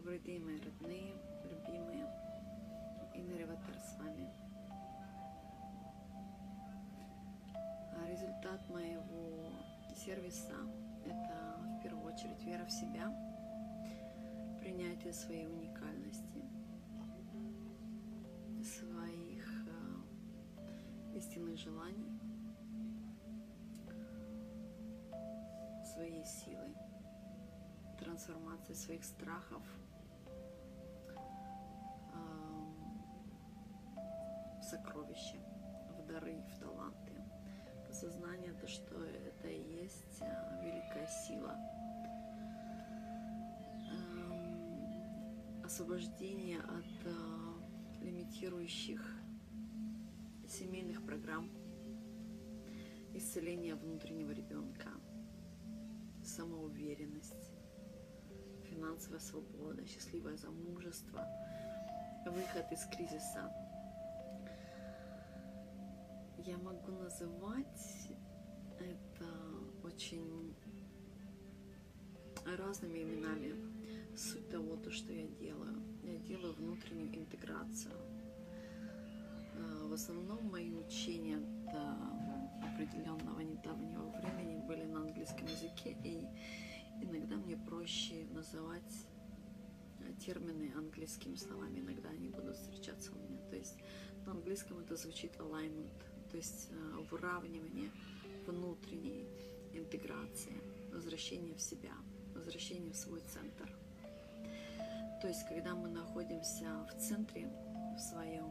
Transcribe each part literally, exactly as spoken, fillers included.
Добрый день, мои родные, любимые. Инна Реватер с вами. Результат моего сервиса – это в первую очередь вера в себя, принятие своей уникальности, своих э, истинных желаний, своей силы, трансформация своих страхов э, в сокровища, в дары, в таланты. Осознание, то, что это и есть э, великая сила. Э, освобождение от э, лимитирующих семейных программ, исцеление внутреннего ребенка, самоуверенность, финансовая свобода, счастливое замужество, выход из кризиса. Я могу называть это очень разными именами. Суть того, то, что я делаю. Я делаю внутреннюю интеграцию. В основном мои учения до определенного недавнего времени были на английском языке, и иногда мне проще называть термины английскими словами, иногда они будут встречаться у меня. То есть на английском это звучит alignment, то есть выравнивание внутренней интеграции, возвращение в себя, возвращение в свой центр. То есть когда мы находимся в центре, в своем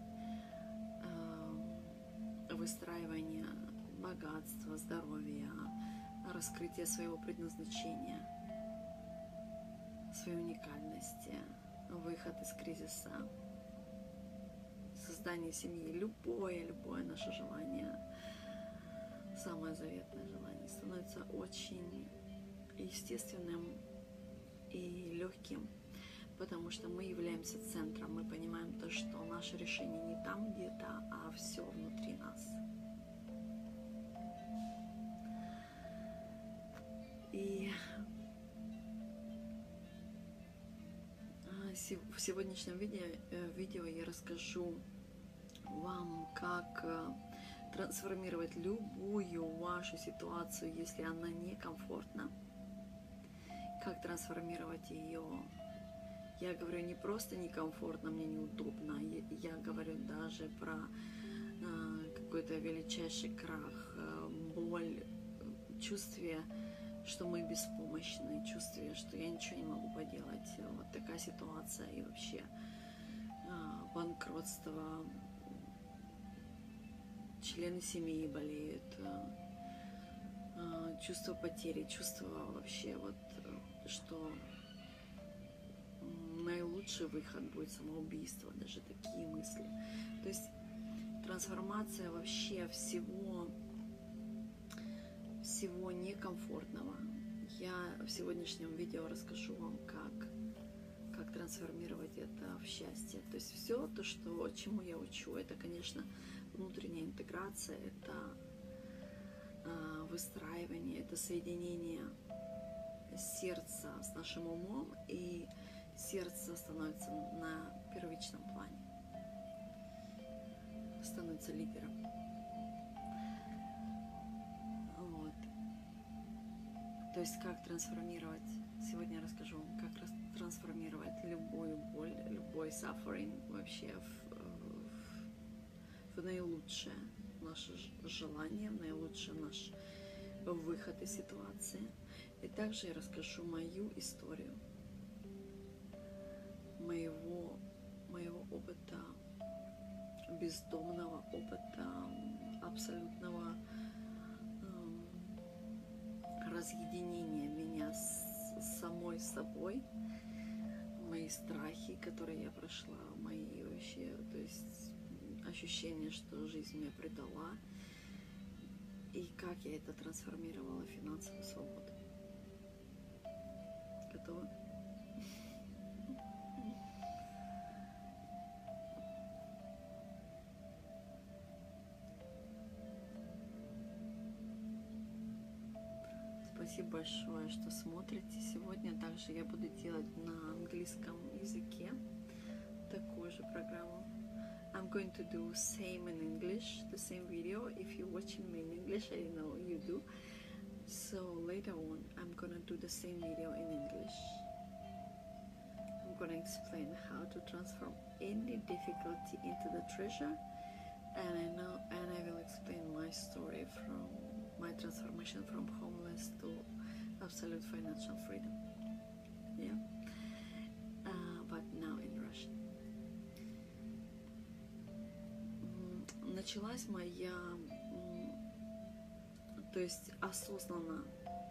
э, выстраивании богатства, здоровья, раскрытия своего предназначения, своей уникальности, выход из кризиса, создание семьи, любое, любое наше желание, самое заветное желание, становится очень естественным и легким, потому что мы являемся центром, мы понимаем то, что наше решение не там где-то, а все внутри нас. И в сегодняшнем видео, видео я расскажу вам, как трансформировать любую вашу ситуацию, если она некомфортна, как трансформировать ее. Я говорю не просто некомфортно, мне неудобно, я говорю даже про какой-то величайший крах, боль, чувствие, что мы беспомощны, чувствие, что я ничего не могу поделать. Вот такая ситуация, и вообще банкротство, члены семьи болеют, чувство потери, чувство вообще, вот, что наилучший выход будет самоубийство, даже такие мысли. То есть трансформация вообще всего, всего некомфортного. Я в сегодняшнем видео расскажу вам, как, как трансформировать это в счастье. То есть все то, что, чему я учу, это, конечно, внутренняя интеграция, это э, выстраивание, это соединение сердца с нашим умом, и сердце становится на первичном плане, становится лидером. Вот. То есть как трансформировать, сегодня я расскажу вам, как трансформировать любую боль, любой suffering вообще в, в, в наилучшее наше желание, в наилучший наш выход из ситуации. И также я расскажу мою историю, моего, моего опыта, бездомного опыта, абсолютного э, разъединения меня с, с самой собой, мои страхи, которые я прошла, мои вообще, то есть ощущение, что жизнь меня предала, и как я это трансформировала в финансовую свободу. Готовы? спасибо большое, что смотрите. Сегодня также я буду делать на английском языке такую же программу. I'm going to do same in English, the same video. If you're watching me in English, I know you do. So later on, I'm gonna do the same video in English. I'm gonna explain how to transform any difficulty into the treasure, and I know, and I will explain my story from my transformation from homeless to absolute financial freedom. Yeah, uh, but now in Russian. Началась моя, то есть осознанно,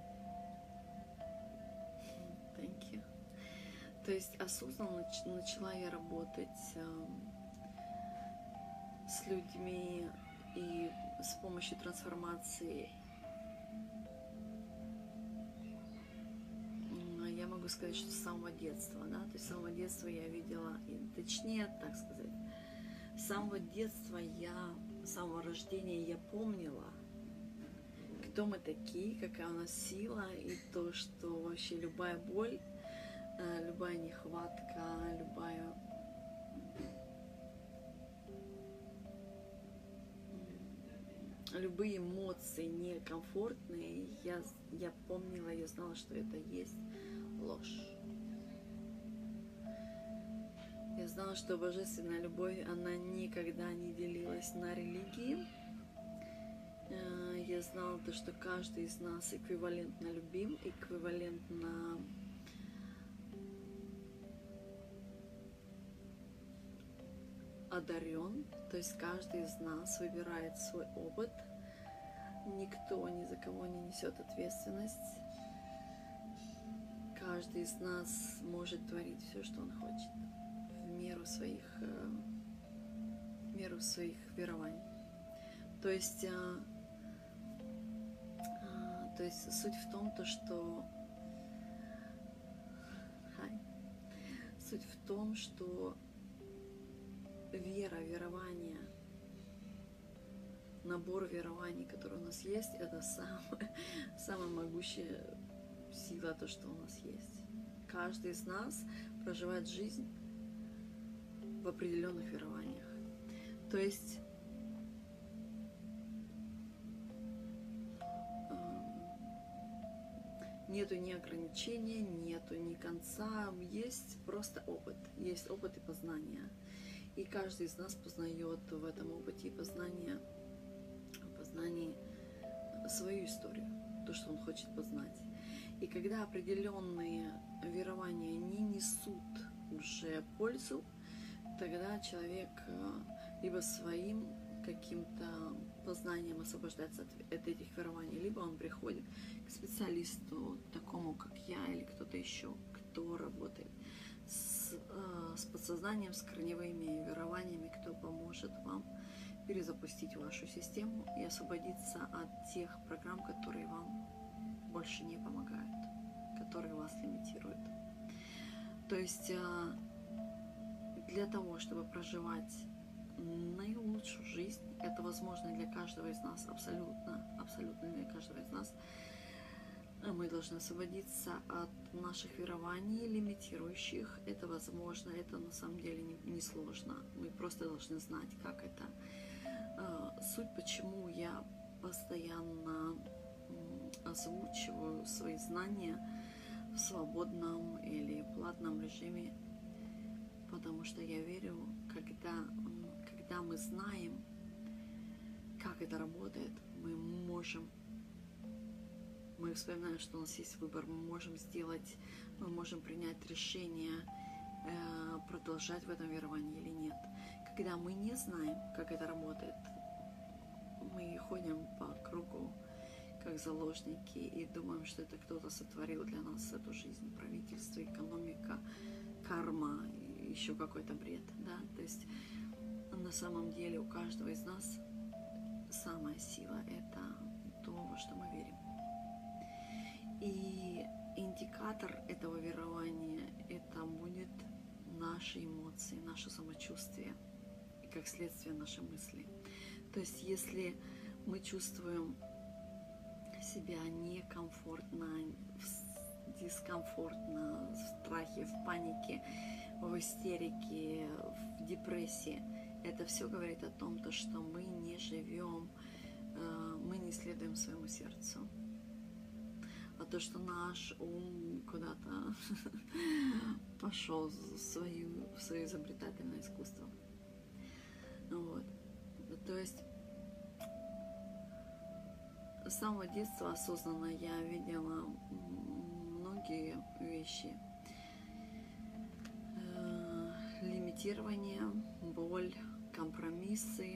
thank you. То есть осознанно начала я работать э, с людьми и с помощью трансформации. Я могу сказать, что с самого детства, да, то есть с самого детства я видела, и, точнее, так сказать, с самого детства я, с самого рождения я помнила, кто мы такие, какая у нас сила, и то, что вообще любая боль, любая нехватка, любая любые эмоции некомфортные, я, я помнила, я знала, что это есть ложь. Я знала, что божественная любовь, она никогда не делилась на религии. Я знала то, что каждый из нас эквивалентно любим, эквивалентно одарен. То есть каждый из нас выбирает свой опыт. Никто ни за кого не несет ответственность. Каждый из нас может творить все, что он хочет, в меру своих, в меру своих верований. То есть, то есть суть в том, то, что Hi. суть в том, что вера, верование, набор верований, который у нас есть, это самая, самая могущая сила, то, что у нас есть. Каждый из нас проживает жизнь в определенных верованиях. То есть нету ни ограничения, нету ни конца, есть просто опыт, есть опыт и познание. И каждый из нас познает в этом опыте и познании, познании свою историю, то, что он хочет познать. И когда определенные верования не несут уже пользу, тогда человек либо своим каким-то познанием освобождается от этих верований, либо он приходит к специалисту, такому как я или кто-то еще, кто работает с, с подсознанием, с корневыми верованиями, кто поможет вам перезапустить вашу систему и освободиться от тех программ, которые вам больше не помогают, которые вас лимитируют. То есть для того, чтобы проживать наилучшую жизнь, это возможно для каждого из нас, абсолютно, абсолютно для каждого из нас, мы должны освободиться от наших верований лимитирующих. Это возможно, это на самом деле не, не сложно. Мы просто должны знать, как это. Суть, почему я постоянно озвучиваю свои знания в свободном или платном режиме, потому что я верю, когда, когда мы знаем, как это работает, мы можем, мы вспоминаем, что у нас есть выбор, мы можем сделать, мы можем принять решение, э, продолжать в этом веровании или нет. Когда мы не знаем, как это работает, мы ходим по кругу, как заложники, и думаем, что это кто-то сотворил для нас эту жизнь, правительство, экономика, карма, еще какой-то бред, да, то есть на самом деле у каждого из нас самая сила — это то, во что мы верим. И индикатор этого верования — это будет наши эмоции, наше самочувствие и, как следствие, наши мысли. То есть если мы чувствуем себя некомфортно некомфортно, в страхе, в панике, в истерике, в депрессии. Это все говорит о том, то, что мы не живем, мы не следуем своему сердцу. А то, что наш ум куда-то пошел в, свою, в свое изобретательное искусство. Вот. То есть с самого детства осознанно я видела многие вещи. Лимитирование, боль, компромиссы,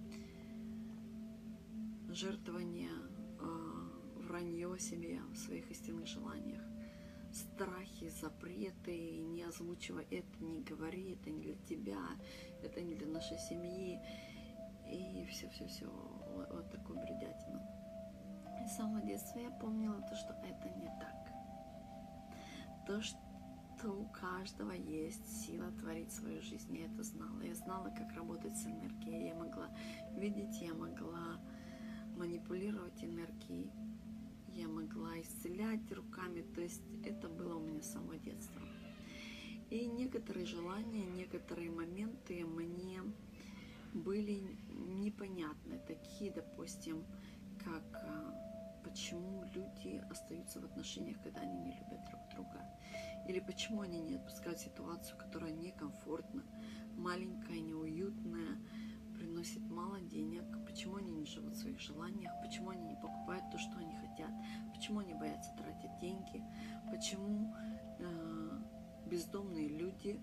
жертвование, вранье себе в своих истинных желаниях, страхи, запреты, не озвучивай это, не говори, это не для тебя, это не для нашей семьи, и все-все-все, вот, вот такую бредятину. И с самого детства я помнила то, что это не так. То, что у каждого есть сила творить свою жизнь, я это знала. Я знала, как работать с энергией, я могла видеть, я могла манипулировать энергией, я могла исцелять руками, то есть это было у меня с самого детства. И некоторые желания, некоторые моменты мне были непонятны, такие, допустим, как почему люди остаются в отношениях, когда они не любят друг друга, или почему они не отпускают ситуацию, которая некомфортна, маленькая, неуютная, приносит мало денег, почему они не живут в своих желаниях, почему они не покупают то, что они хотят, почему они боятся тратить деньги, почему э, бездомные люди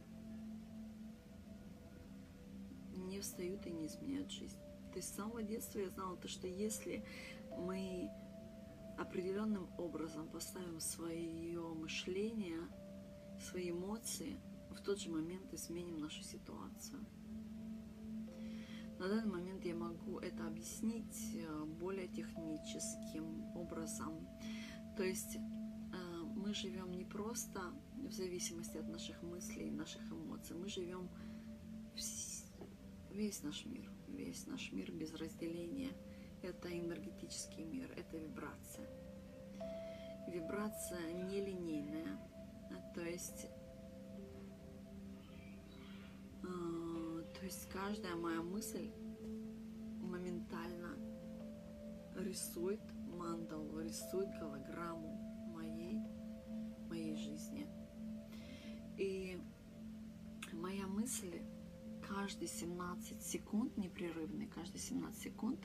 не встают и не изменяют жизнь. То есть с самого детства я знала то, что если мы определенным образом поставим свое мышление, свои эмоции, в тот же момент изменим нашу ситуацию. На данный момент я могу это объяснить более техническим образом. То есть мы живем не просто в зависимости от наших мыслей, наших эмоций, мы живем весь наш мир, весь наш мир без разделения. Это энергетический мир, это вибрация. Вибрация нелинейная, то есть То есть каждая моя мысль моментально рисует мандалу, рисует голограмму моей, моей жизни. И моя мысль каждые семнадцать секунд, непрерывные, каждые семнадцать секунд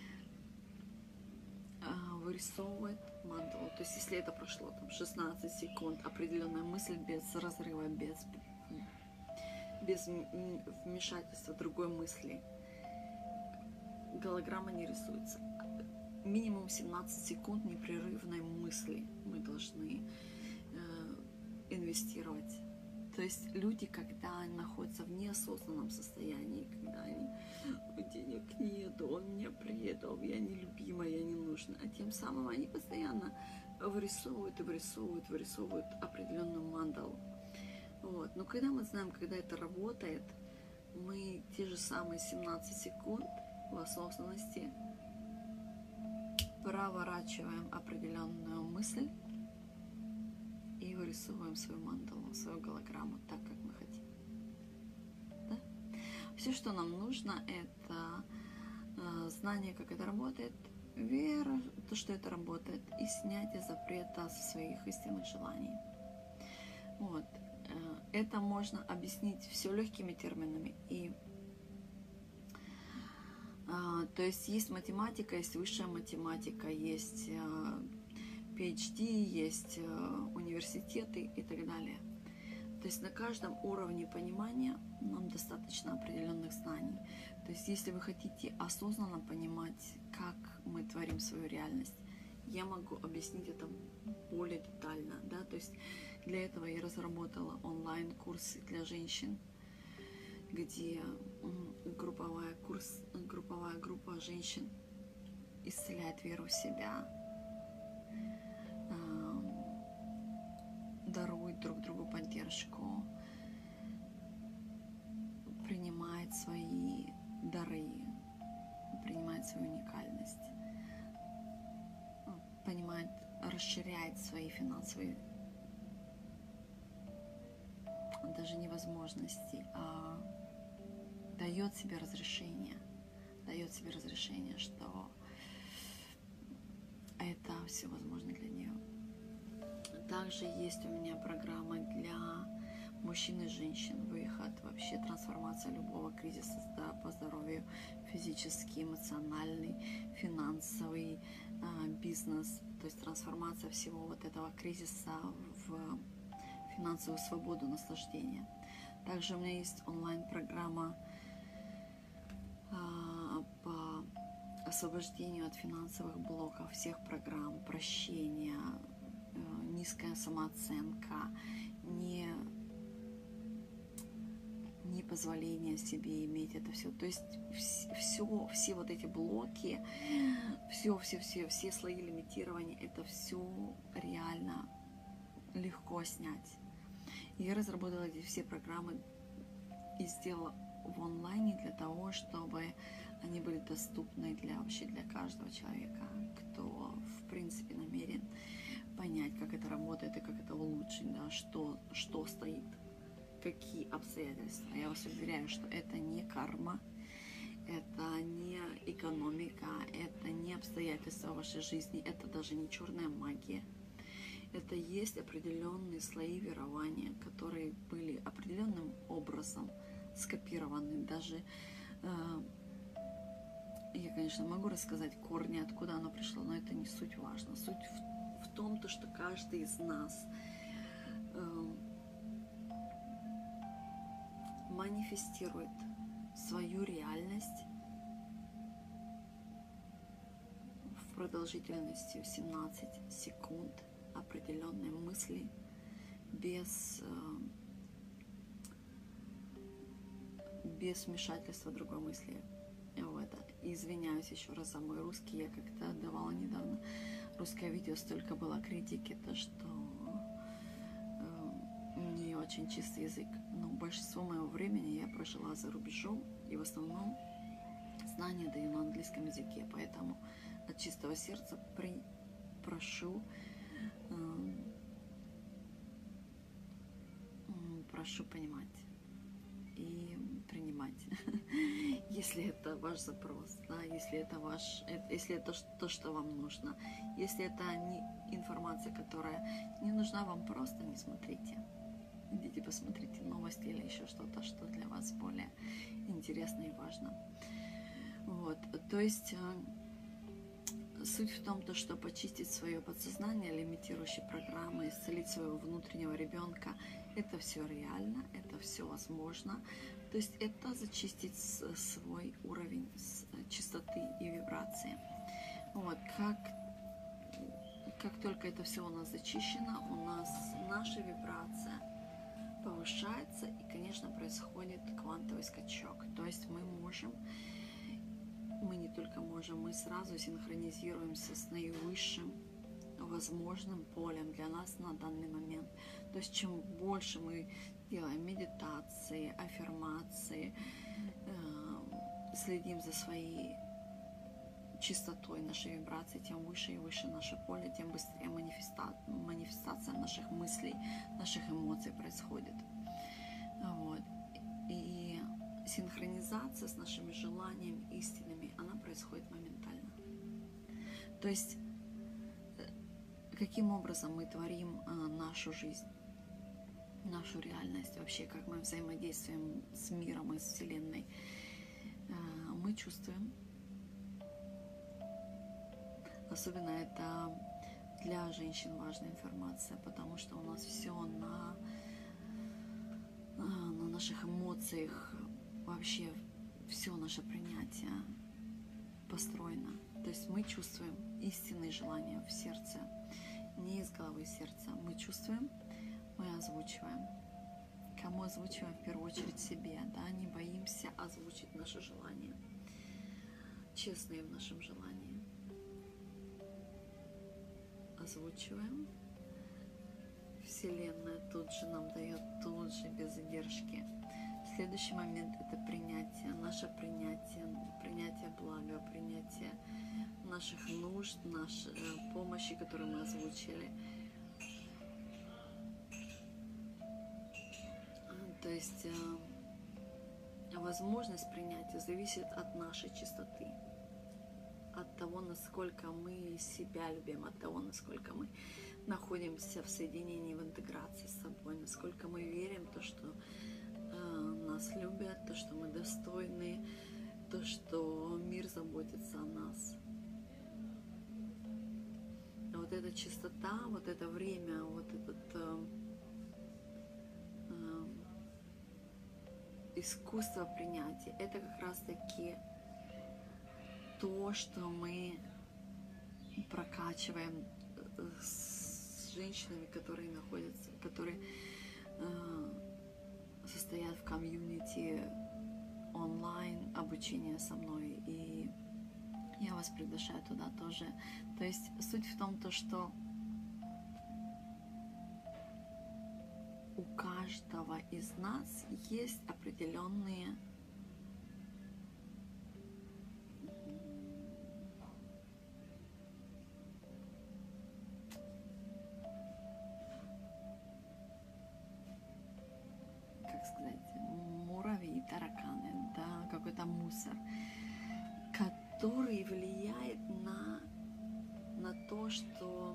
вырисовывает мандалу. То есть если это прошло там шестнадцать секунд, определенная мысль без разрыва, без без вмешательства другой мысли, голограмма не рисуется. Минимум семнадцать секунд непрерывной мысли мы должны э, инвестировать. То есть люди, когда они находятся в неосознанном состоянии, когда они денег нету, он меня предал, я нелюбима, я не нужна, а тем самым они постоянно вырисовывают и вырисовывают, вырисовывают определенную мандалу. Вот. Но когда мы знаем, когда это работает, мы те же самые семнадцать секунд в осознанности проворачиваем определенную мысль и вырисовываем свою мандалу, свою голограмму так, как мы хотим. Да? Все, что нам нужно, это э, знание, как это работает, вера, то, что это работает, и снятие запрета со своих истинных желаний. Вот. Это можно объяснить все легкими терминами. И, а, то есть есть математика, есть высшая математика, есть а, пи эйч ди, есть а, университеты и так далее. То есть на каждом уровне понимания нам достаточно определенных знаний. То есть если вы хотите осознанно понимать, как мы творим свою реальность, я могу объяснить это более детально, да, то есть для этого я разработала онлайн-курсы для женщин, где групповая, курс, групповая группа женщин исцеляет веру в себя, дарует друг другу поддержку, принимает свои дары, принимает свою уникальность, понимает, расширяет свои финансовые даже не возможностей, а дает себе разрешение, дает себе разрешение, что это все возможно для нее. Также есть у меня программа для мужчин и женщин, выход, вообще трансформация любого кризиса, да, по здоровью, физический, эмоциональный, финансовый, э, бизнес, то есть трансформация всего вот этого кризиса в финансовую свободу, наслаждение. Также у меня есть онлайн-программа э, по освобождению от финансовых блоков, всех программ, прощения, э, низкая самооценка, не непозволение себе иметь это все. То есть все, все вот эти блоки, все, все, все, все слои лимитирования, это все реально легко снять. Я разработала эти все программы и сделала в онлайне для того, чтобы они были доступны для вообще для каждого человека, кто в принципе намерен понять, как это работает и как это улучшить, да, что, что стоит, какие обстоятельства. Я вас уверяю, что это не карма, это не экономика, это не обстоятельства вашей жизни, это даже не черная магия. Это есть определенные слои верования, которые были определенным образом скопированы. Даже э, я, конечно, могу рассказать корни, откуда оно пришло, но это не суть важно. Суть в, в том, то, что каждый из нас э, манифестирует свою реальность в продолжительности семнадцать секунд определенной мысли без, без вмешательства другой мысли в это. И извиняюсь еще раз за мой русский. Я как-то давала недавно русское видео, столько было критики, то что не очень чистый язык. Но большинство моего времени я прожила за рубежом, и в основном знания даю на английском языке, поэтому от чистого сердца при, прошу э, прошу понимать и принимать, если это ваш запрос, да, если это ваш, если это то, что вам нужно. Если это не информация, которая не нужна вам, просто не смотрите. Идите посмотрите новости или еще что-то, что для вас более интересно и важно. Вот, то есть суть в том, то, что почистить свое подсознание, лимитирующие программы, исцелить своего внутреннего ребенка, это все реально, это все возможно. То есть это зачистить свой уровень чистоты и вибрации. Вот, как, как только это все у нас зачищено, у нас наша вибрация повышается, и, конечно, происходит квантовый скачок. То есть мы можем, мы не только можем, мы сразу синхронизируемся с наивысшим возможным полем для нас на данный момент. То есть чем больше мы делаем медитации, аффирмации, э, следим за своей чистотой нашей вибрации, тем выше и выше наше поле, тем быстрее манифеста... манифестация наших мыслей, наших эмоций происходит. Вот. И синхронизация с нашими желаниями истинными, она происходит моментально. То есть каким образом мы творим а, нашу жизнь, нашу реальность, вообще как мы взаимодействуем с миром и с Вселенной, а, мы чувствуем. Особенно это для женщин важная информация, потому что у нас все на, на наших эмоциях, вообще все наше принятие построено. То есть мы чувствуем истинные желания в сердце, не из головы сердца. Мы чувствуем, мы озвучиваем. Кому озвучиваем? В первую очередь себе, да, не боимся озвучить наше желание, честные в нашем желании. Озвучиваем. Вселенная тут же нам дает, тут же, без задержки. Следующий момент — это принятие, наше принятие, принятие блага, принятие наших нужд, нашей помощи, которую мы озвучили. есть возможность принятия зависит от нашей чистоты, от того, насколько мы себя любим, от того, насколько мы находимся в соединении, в интеграции с собой, насколько мы верим в то, что э, нас любят, то, что мы достойны, то, что мир заботится о нас. Вот эта чистота, вот это время, вот этот э, э, искусство принятия, это как раз-таки то, что мы прокачиваем с женщинами, которые находятся, которые э, состоят в комьюнити онлайн обучения со мной, и я вас приглашаю туда тоже. То есть суть в том, то, что у каждого из нас есть определенные как сказать, муравьи, тараканы, да, какой-то мусор, который влияет на, на то, что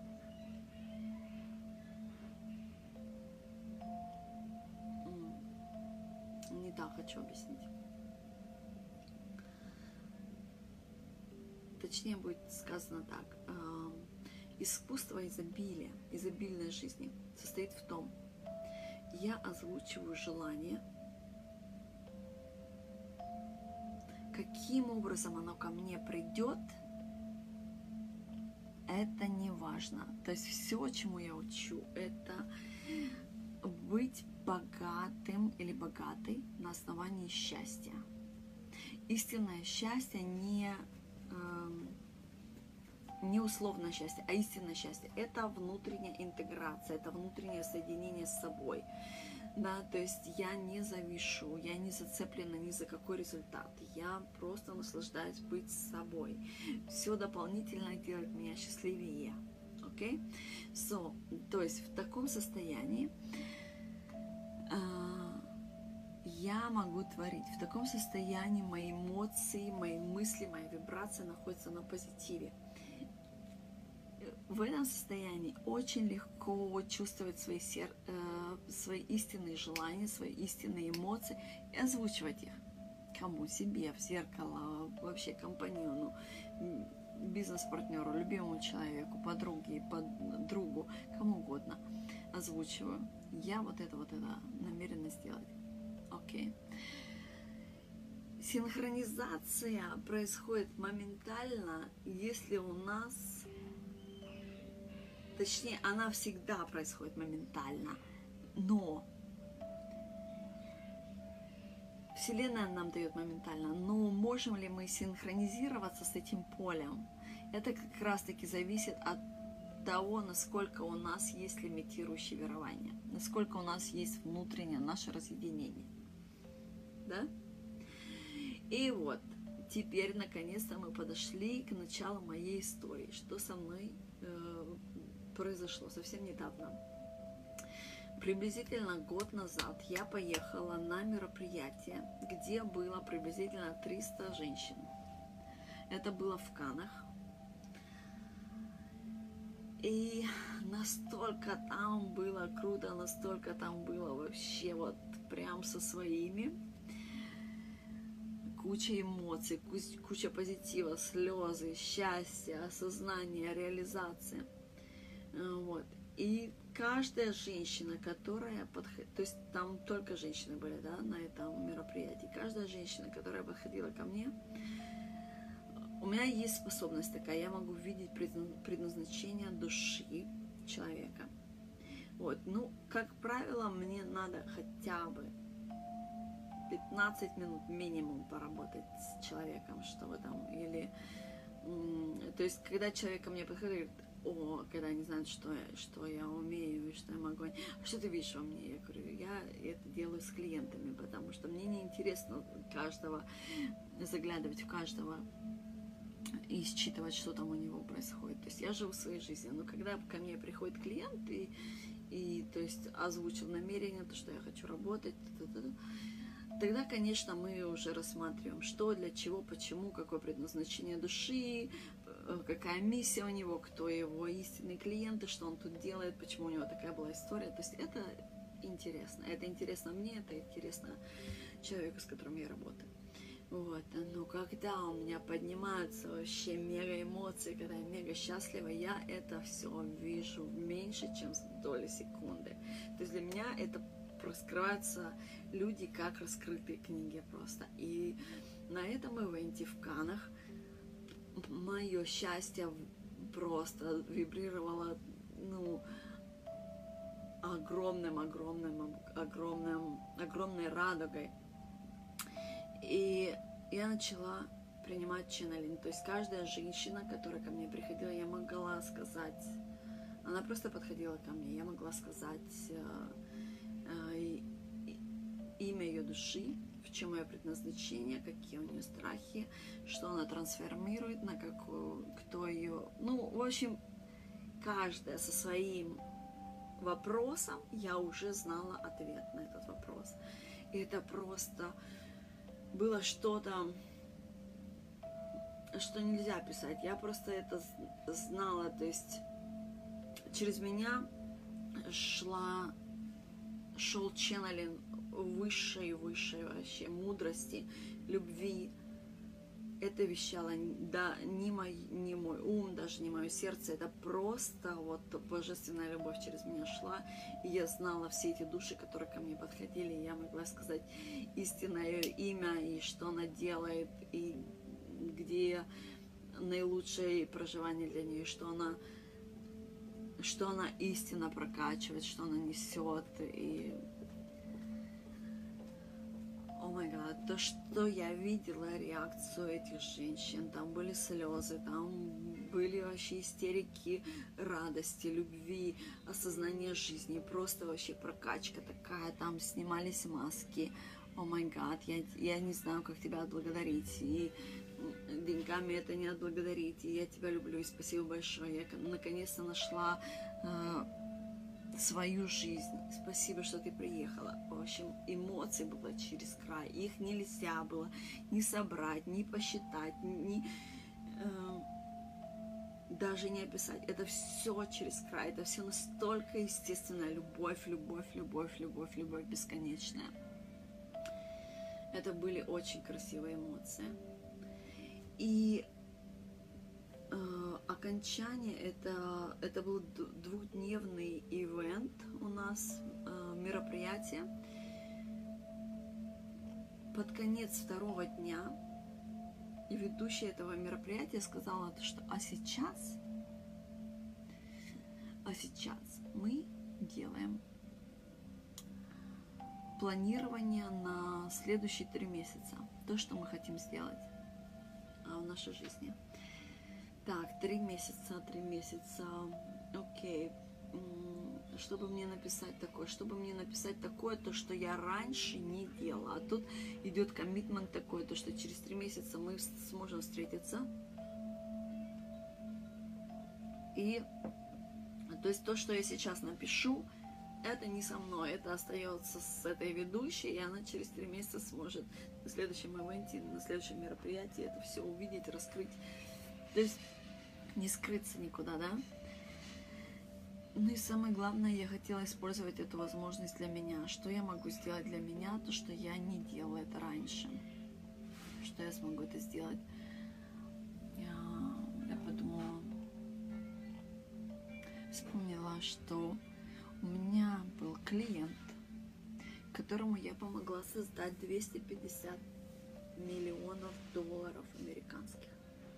не так хочу объяснить. Точнее будет сказано так. Искусство изобилия, изобильной жизни состоит в том, я озвучиваю желание, каким образом оно ко мне придет, это не важно. То есть все, чему я учу, это быть богатым или богатой на основании счастья. Истинное счастье не, э, не условное счастье, а истинное счастье. Это внутренняя интеграция, это внутреннее соединение с собой. Да, то есть я не завишу, я не зацеплена ни за какой результат. Я просто наслаждаюсь быть с собой. Все дополнительно делает меня счастливее. Окей? Okay? So, то есть в таком состоянии э, я могу творить. В таком состоянии мои эмоции, мои мысли, мои вибрации находятся на позитиве. В этом состоянии очень легко чувствовать свои, сер... э, свои истинные желания, свои истинные эмоции и озвучивать их. Кому? Себе, в зеркало, вообще компаньону, бизнес-партнеру, любимому человеку, подруге, под... другу, кому угодно. Озвучиваю. Я вот это вот это намерена сделать. Окей. Синхронизация происходит моментально, если у нас... Точнее, она всегда происходит моментально, но Вселенная нам дает моментально, но можем ли мы синхронизироваться с этим полем? Это как раз-таки зависит от того, насколько у нас есть лимитирующие верования, насколько у нас есть внутреннее наше разъединение. Да? И вот, теперь наконец-то мы подошли к началу моей истории, что со мной э, произошло совсем недавно. Приблизительно год назад я поехала на мероприятие, где было приблизительно триста женщин. Это было в Каннах. И настолько там было круто, настолько там было вообще вот прям со своими. Куча эмоций, куча позитива, слезы, счастья, осознание, реализация. Вот. И каждая женщина, которая подходила, то есть там только женщины были, да, на этом мероприятии, каждая женщина, которая подходила ко мне, у меня есть способность такая, я могу видеть предназначение души человека. Вот. Ну, как правило, мне надо хотя бы пятнадцать минут минимум поработать с человеком, чтобы там, или, то есть, когда человек ко мне подходит, о, когда они знают, что я, что я умею и что я могу. А что ты видишь во мне? Я говорю, я это делаю с клиентами, потому что мне не интересно каждого, заглядывать в каждого и считывать, что там у него происходит. То есть я живу своей жизнью. Но когда ко мне приходит клиент и, и то есть озвучил намерение, то, что я хочу работать, тогда, конечно, мы уже рассматриваем, что, для чего, почему, какое предназначение души, какая миссия у него, кто его истинные клиенты, что он тут делает, почему у него такая была история. То есть это интересно. Это интересно мне, это интересно человеку, с которым я работаю. Вот. Но когда у меня поднимаются вообще мега эмоции, когда я мега счастлива, я это все вижу меньше, чем с доли секунды. То есть для меня это раскрываются люди как раскрытые книги просто. И на этом ивенте в Каннах мое счастье просто вибрировало, ну, огромным, огромным, огромным, огромной радугой. И я начала принимать ченнелинг. То есть каждая женщина, которая ко мне приходила, я могла сказать, она просто подходила ко мне, я могла сказать э, э, имя ее души, в чем ее предназначение, какие у нее страхи, что она трансформирует, на какую, кто ее... Ну, в общем, каждая со своим вопросом я уже знала ответ на этот вопрос. И это просто было что-то, что нельзя писать. Я просто это знала, то есть через меня шла, шел ченнелинг высшей, высшей вообще мудрости, любви. Это вещало, да, не мой, не мой ум, даже не мое сердце, это просто вот божественная любовь через меня шла, и я знала все эти души, которые ко мне подходили, и я могла сказать истинное имя, и что она делает, и где наилучшее проживание для нее, что она, что она истинно прокачивает, что она несет, и о май гад, то, что я видела реакцию этих женщин, там были слезы, там были вообще истерики радости, любви, осознания жизни, просто вообще прокачка такая, там снимались маски. О май гад, я, я не знаю, как тебя отблагодарить, и деньгами это не отблагодарить, и я тебя люблю, и спасибо большое. Я наконец-то нашла э, свою жизнь. Спасибо, что ты приехала. В общем, эмоций было через край. Их нельзя было ни собрать, ни посчитать, ни э, даже не описать. Это все через край. Это все настолько естественная любовь, любовь, любовь, любовь, любовь бесконечная. Это были очень красивые эмоции. И Uh, окончание, это, это был двухдневный ивент у нас, uh, мероприятие. Под конец второго дня ведущая этого мероприятия сказала, что а сейчас, а сейчас мы делаем планирование на следующие три месяца. То, что мы хотим сделать uh, в нашей жизни. Так, три месяца, три месяца, окей, чтобы мне написать такое, чтобы мне написать такое, то, что я раньше не делала, а тут идет коммитмент такой, то, что через три месяца мы сможем встретиться, и, то есть то, что я сейчас напишу, это не со мной, это остается с этой ведущей, и она через три месяца сможет на следующем ивенте, на следующем мероприятии это все увидеть, раскрыть. То есть не скрыться никуда, да? Ну и самое главное, я хотела использовать эту возможность для меня. Что я могу сделать для меня, то, что я не делала это раньше. Что я смогу это сделать? Я, я подумала, вспомнила, что у меня был клиент, которому я помогла создать двести пятьдесят миллионов долларов американских.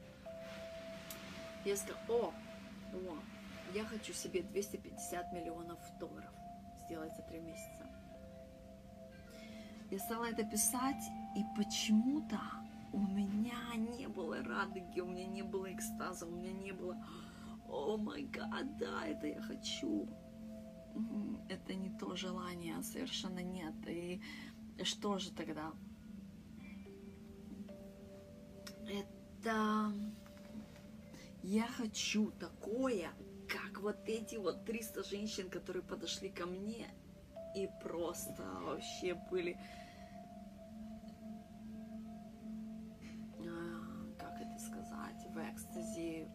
Я сказала, о, о, я хочу себе двести пятьдесят миллионов долларов сделать за три месяца. Я стала это писать, и почему-то у меня не было радуги, у меня не было экстаза, у меня не было, о май гад, да, это я хочу. Это не то желание, совершенно нет. И что же тогда? Это... Я хочу такое, как вот эти вот триста женщин, которые подошли ко мне и просто вообще были, как это сказать, в экстазе,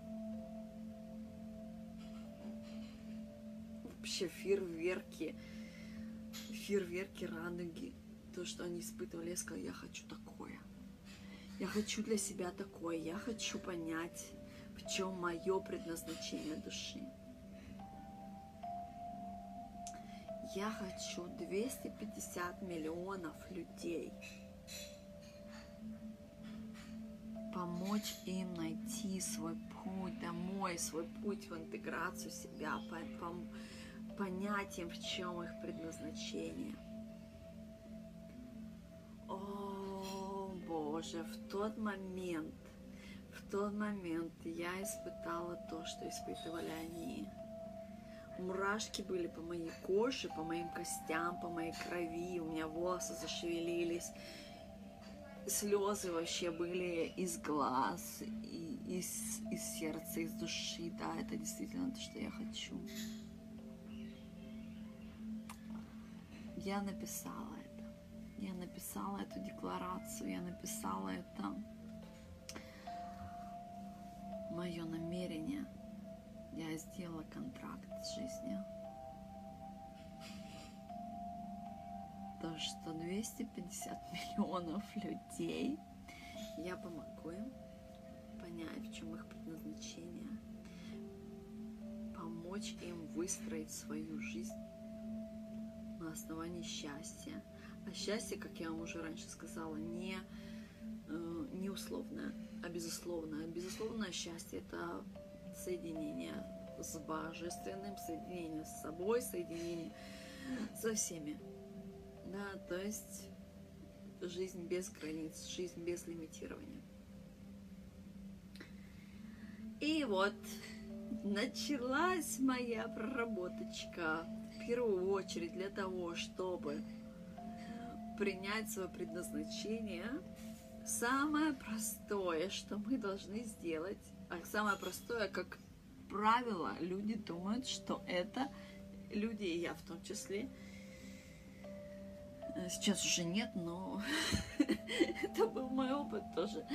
вообще фейерверки, фейерверки радуги, то, что они испытывали. Я сказала, я хочу такое, я хочу для себя такое, я хочу понять, в чем мое предназначение души. Я хочу двести пятьдесят миллионов людей, помочь им найти свой путь домой, свой путь в интеграцию себя, понять им, в чем их предназначение. О, Боже, в тот момент, в тот момент я испытала то, что испытывали они. Мурашки были по моей коже, по моим костям, по моей крови, у меня волосы зашевелились, слезы вообще были из глаз, и, из, из сердца, из души. Да, это действительно то, что я хочу. Я написала это. Я написала эту декларацию, я написала это мое намерение. Я сделала контракт с жизнью. То, что двести пятьдесят миллионов людей, я помогу им понять, в чем их предназначение, помочь им выстроить свою жизнь на основании счастья. А счастье, как я вам уже раньше сказала, не, не условное, а безусловное. Безусловное счастье – это соединение с божественным, соединение с собой, соединение со всеми. Да, то есть жизнь без границ, жизнь без лимитирования. И вот началась моя проработочка. В первую очередь для того, чтобы принять свое предназначение, самое простое, что мы должны сделать, а самое простое, как правило, люди думают, что это, люди, и я в том числе, сейчас уже нет, но это был мой опыт тоже.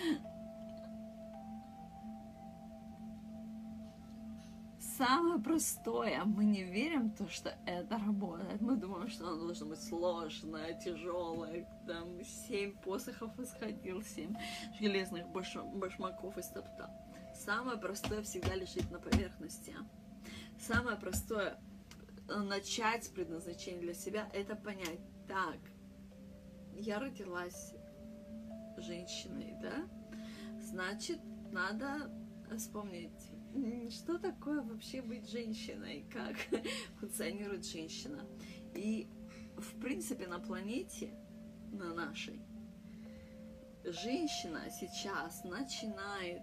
Самое простое, мы не верим в то, что это работает. Мы думаем, что оно должно быть сложное, тяжелое. Там семь посохов исходил, семь железных башмаков истоптал. Самое простое всегда лежит на поверхности. Самое простое начать с предназначения для себя — это понять: так, я родилась женщиной, да? Значит, надо вспомнить, что такое вообще быть женщиной, как функционирует женщина. И, в принципе, на планете, на нашей, женщина сейчас начинает,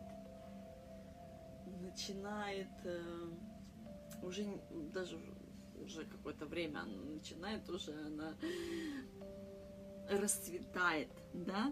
начинает э, уже даже уже какое-то время она начинает, уже она расцветает, да?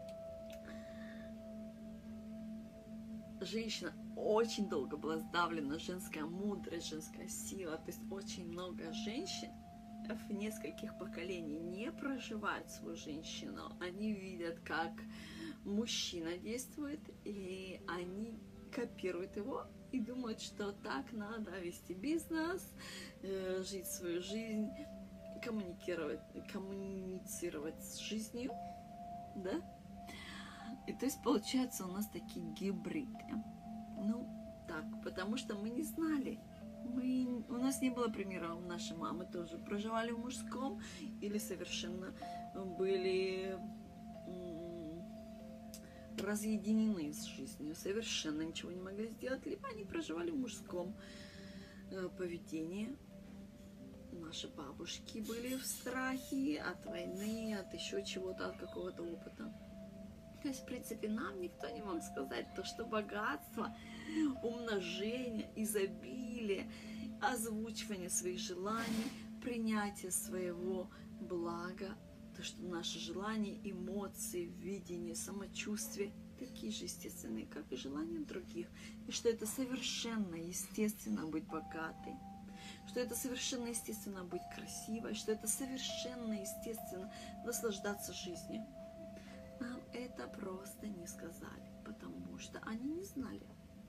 Женщина очень долго была сдавлена, женская мудрость, женская сила. То есть очень много женщин в нескольких поколениях не проживают свою женщину. Они видят, как мужчина действует, и они копируют его и думают, что так надо вести бизнес, жить свою жизнь, коммуницировать, коммуницировать с жизнью, да? И то есть получается у нас такие гибриды. Ну, так, потому что мы не знали. Мы, у нас не было примера. Наши мамы тоже проживали в мужском или совершенно были м- разъединены с жизнью, совершенно ничего не могли сделать, либо они проживали в мужском э, поведении. Наши бабушки были в страхе от войны, от еще чего-то, от какого-то опыта. То есть, в принципе, нам никто не мог сказать то, что богатство, умножение, изобилие, озвучивание своих желаний, принятие своего блага, то, что наши желания, эмоции, видение, самочувствие — такие же естественные, как и желания других. И что это совершенно естественно быть богатой. Что это совершенно естественно быть красивой. Что это совершенно естественно наслаждаться жизнью. Нам это просто не сказали, потому что они не знали.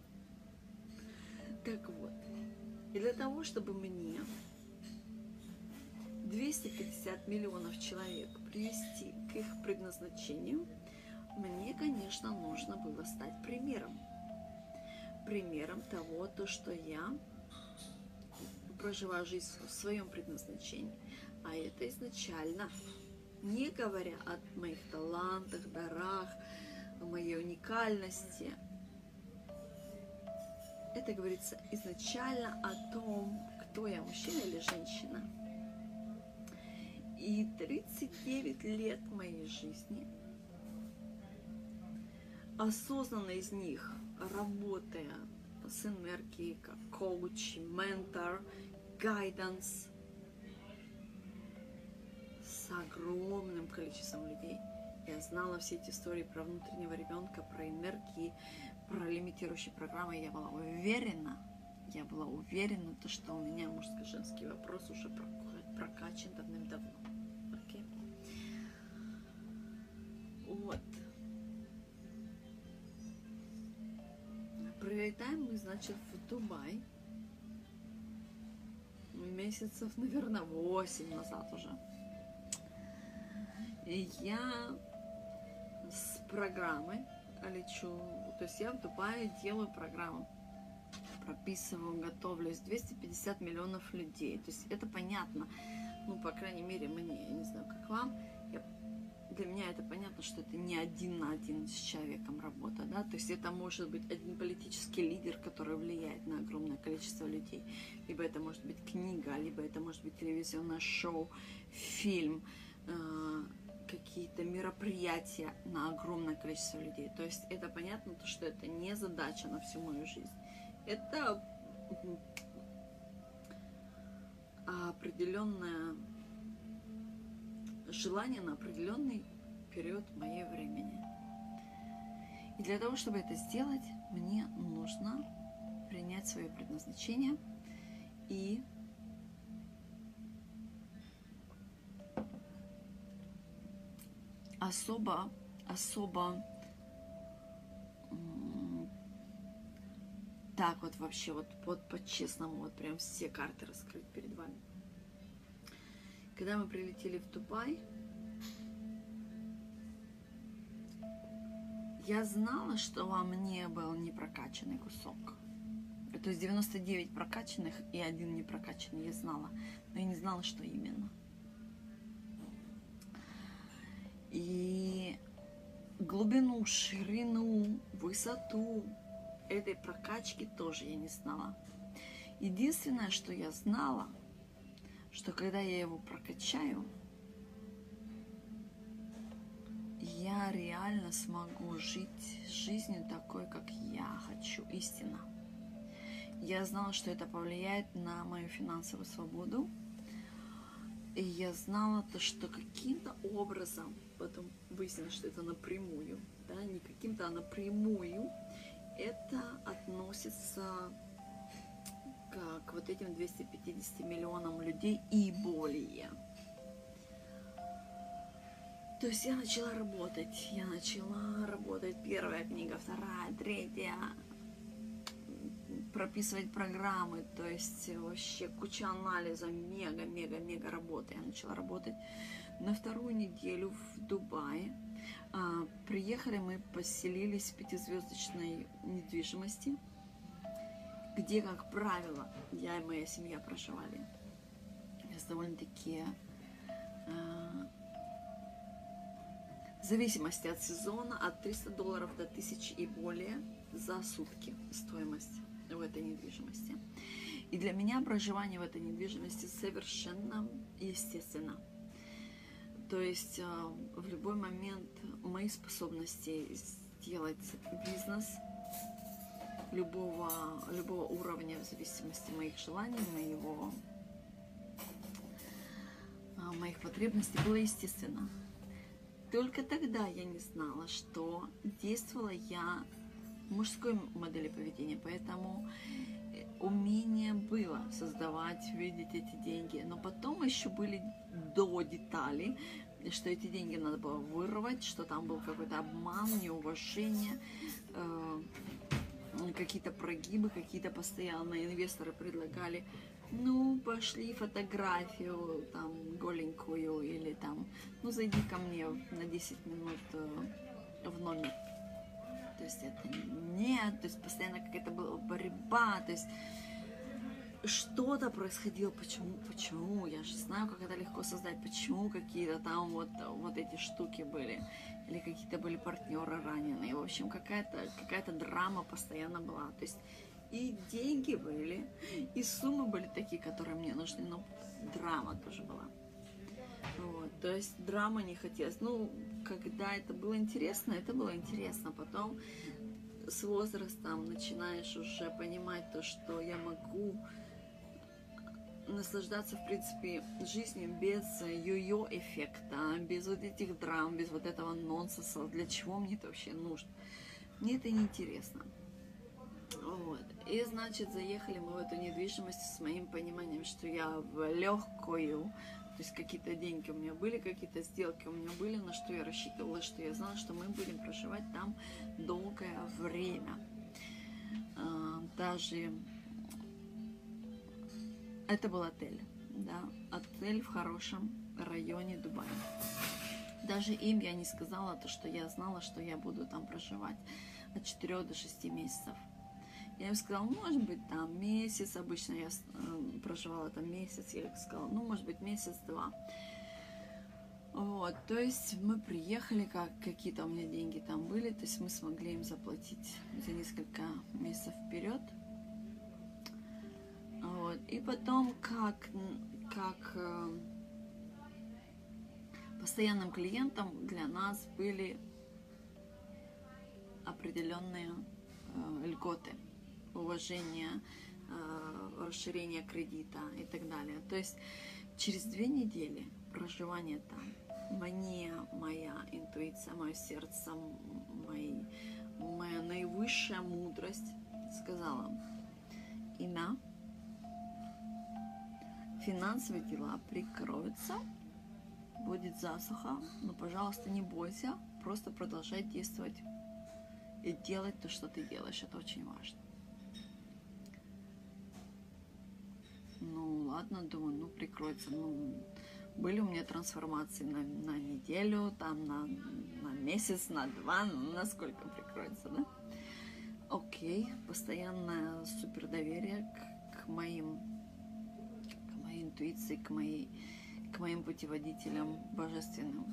Так вот, и для того, чтобы мне двести пятьдесят миллионов человек привести к их предназначению, мне, конечно, нужно было стать примером. Примером того, то, что я проживаю жизнь в своем предназначении. А это изначально, не говоря о моих талантах, дарах, о моей уникальности, это говорится изначально о том, кто я, мужчина или женщина. И тридцать девять лет моей жизни, осознанно из них, работая с энергией, как коуч, ментор, гайданс, с огромным количеством людей. Я знала все эти истории про внутреннего ребенка, про энергии, про лимитирующие программы. Я была уверена, я была уверена, то, что у меня мужско-женский вопрос уже прокачан давным-давно. Окей? Вот. Прилетаем мы, значит, в Дубай месяцев, наверное, восемь назад уже. И я с программой лечу, то есть я в Дубае делаю программу, прописываю, готовлюсь, двести пятьдесят миллионов людей, то есть это понятно, ну, по крайней мере, мне, я не знаю, как вам, я, для меня это понятно, что это не один на один с человеком работа, да, то есть это может быть один политический лидер, который влияет на огромное количество людей, либо это может быть книга, либо это может быть телевизионное шоу, фильм, э какие-то мероприятия на огромное количество людей. То есть это понятно, что это не задача на всю мою жизнь. Это определенное желание на определенный период моего времени. И для того, чтобы это сделать, мне нужно принять свое предназначение и особо, особо так вот вообще, вот, вот по-честному, вот прям все карты раскрыть перед вами. Когда мы прилетели в Дубай, я знала, что во мне был непрокачанный кусок. То есть девяносто девять прокачанных и один непрокачанный, я знала, но я не знала, что именно. И глубину, ширину, высоту этой прокачки тоже я не знала. Единственное, что я знала, что когда я его прокачаю, я реально смогу жить жизнью такой, как я хочу, истинно. Я знала, что это повлияет на мою финансовую свободу. И я знала то, что каким-то образом, потом выяснилось, что это напрямую, да, не каким-то, а напрямую, это относится к, к вот этим двухстам пятидесяти миллионам людей и более. То есть я начала работать, я начала работать, первая книга, вторая, третья, прописывать программы, то есть вообще куча анализа, мега-мега-мега работы. Я начала работать на вторую неделю в Дубае. А, приехали мы, поселились в пятизвездочной недвижимости, где, как правило, я и моя семья проживали с довольно-таки а, в зависимости от сезона, от трёхсот долларов до тысячи и более за сутки стоимость в этой недвижимости. И для меня проживание в этой недвижимости совершенно естественно. То есть в любой момент мои способности сделать бизнес любого, любого уровня, в зависимости от моих желаний, моего, моих потребностей, было естественно. только тогда я не знала, что действовала я в мужской модели поведения, поэтому умение было создавать, видеть эти деньги, но потом еще были до деталей, что эти деньги надо было вырвать, что там был какой-то обман, неуважение, э, какие-то прогибы, какие-то постоянные инвесторы предлагали: ну, пошли фотографию там голенькую, или там, ну, зайди ко мне на десять минут э, в номер. То есть это нет, то есть постоянно какая-то была борьба, то есть что-то происходило. Почему, почему, я же знаю, как это легко создать, почему какие-то там вот, вот эти штуки были, или какие-то были партнеры раненые, в общем, какая-то какая-то драма постоянно была, то есть и деньги были, и суммы были такие, которые мне нужны, но драма тоже была. Вот, то есть драма не хотелось. Ну, когда это было интересно, это было интересно. Потом с возрастом начинаешь уже понимать то, что я могу наслаждаться, в принципе, жизнью без йо-йо эффекта, без вот этих драм, без вот этого нонсенса. Для чего мне это вообще нужно? Мне это неинтересно. Вот. И, значит, заехали мы в эту недвижимость с моим пониманием, что я в легкую, то есть какие-то деньги у меня были, какие-то сделки у меня были, на что я рассчитывала, что я знала, что мы будем проживать там долгое время. Даже это был отель, да, отель в хорошем районе Дубая. Даже им я не сказала то, что я знала, что я буду там проживать от четырёх до шести месяцев. Я им сказала, может быть, там месяц, обычно я э, проживала там месяц, я им сказала, ну, может быть, месяц-два. Вот, то есть мы приехали, как какие-то у меня деньги там были, то есть мы смогли им заплатить за несколько месяцев вперед. Вот, и потом, как, как э, постоянным клиентом для нас были определенные э, льготы, уважение, э, расширение кредита и так далее. То есть через две недели проживания там мне моя интуиция, мое сердце, мои, моя наивысшая мудрость сказала: Инна, финансовые дела прикроются, будет засуха, но, пожалуйста, не бойся, просто продолжай действовать и делать то, что ты делаешь. Это очень важно. Ну, ладно, думаю, ну, прикроется. Ну, были у меня трансформации на, на неделю, там, на, на месяц, на два, ну, насколько прикроется, да? Окей, постоянное супер доверие к, к моим, к моей интуиции, к моей, к моим путеводителям божественным.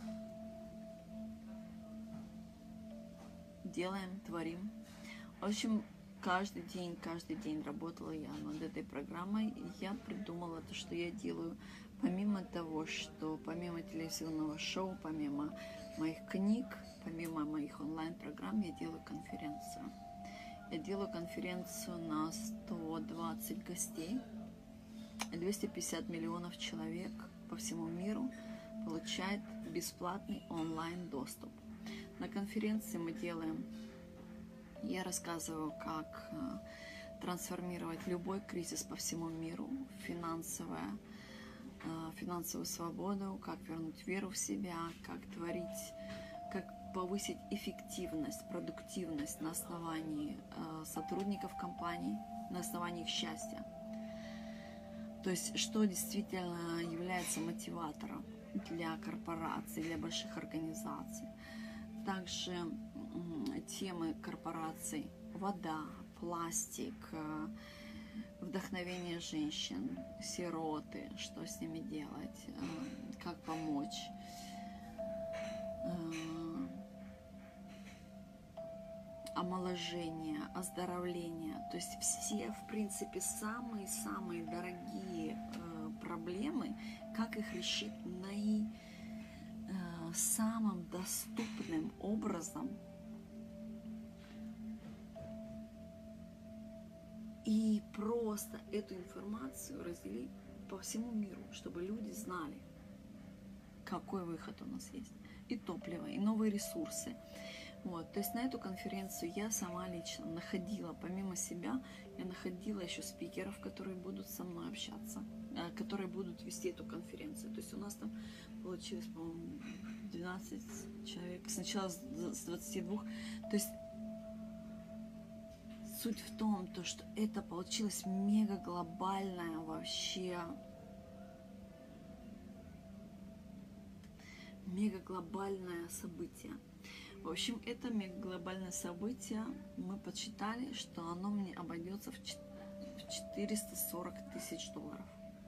Делаем, творим. В общем, каждый день, каждый день работала я над этой программой. И я придумала то, что я делаю. Помимо того, что помимо телевизионного шоу, помимо моих книг, помимо моих онлайн-программ, я делаю конференцию. Я делаю конференцию на сто двадцать гостей. двести пятьдесят миллионов человек по всему миру получает бесплатный онлайн-доступ. На конференции мы делаем, я рассказываю, как э, трансформировать любой кризис по всему миру, финансовое, э, финансовую свободу, как вернуть веру в себя, как творить, как повысить эффективность, продуктивность на основании э, сотрудников компаний, на основании их счастья. То есть, что действительно является мотиватором для корпораций, для больших организаций. Также темы корпораций: вода, пластик, вдохновение женщин, сироты, что с ними делать, как помочь, омоложение, оздоровление. То есть все, в принципе, самые-самые дорогие проблемы, как их решить наи самым доступным образом и просто эту информацию разделить по всему миру, чтобы люди знали, какой выход у нас есть. и топливо, и новые ресурсы. Вот, то есть на эту конференцию я сама лично находила, помимо себя, я находила еще спикеров, которые будут со мной общаться, которые будут вести эту конференцию. То есть у нас там получилось, по-моему, двенадцать человек, сначала с двадцати двух. То есть суть в том, то, что это получилось мега глобальное вообще, мега глобальное событие. В общем, это мегаглобальное событие, мы подсчитали, что оно мне обойдется в четыреста сорок тысяч долларов.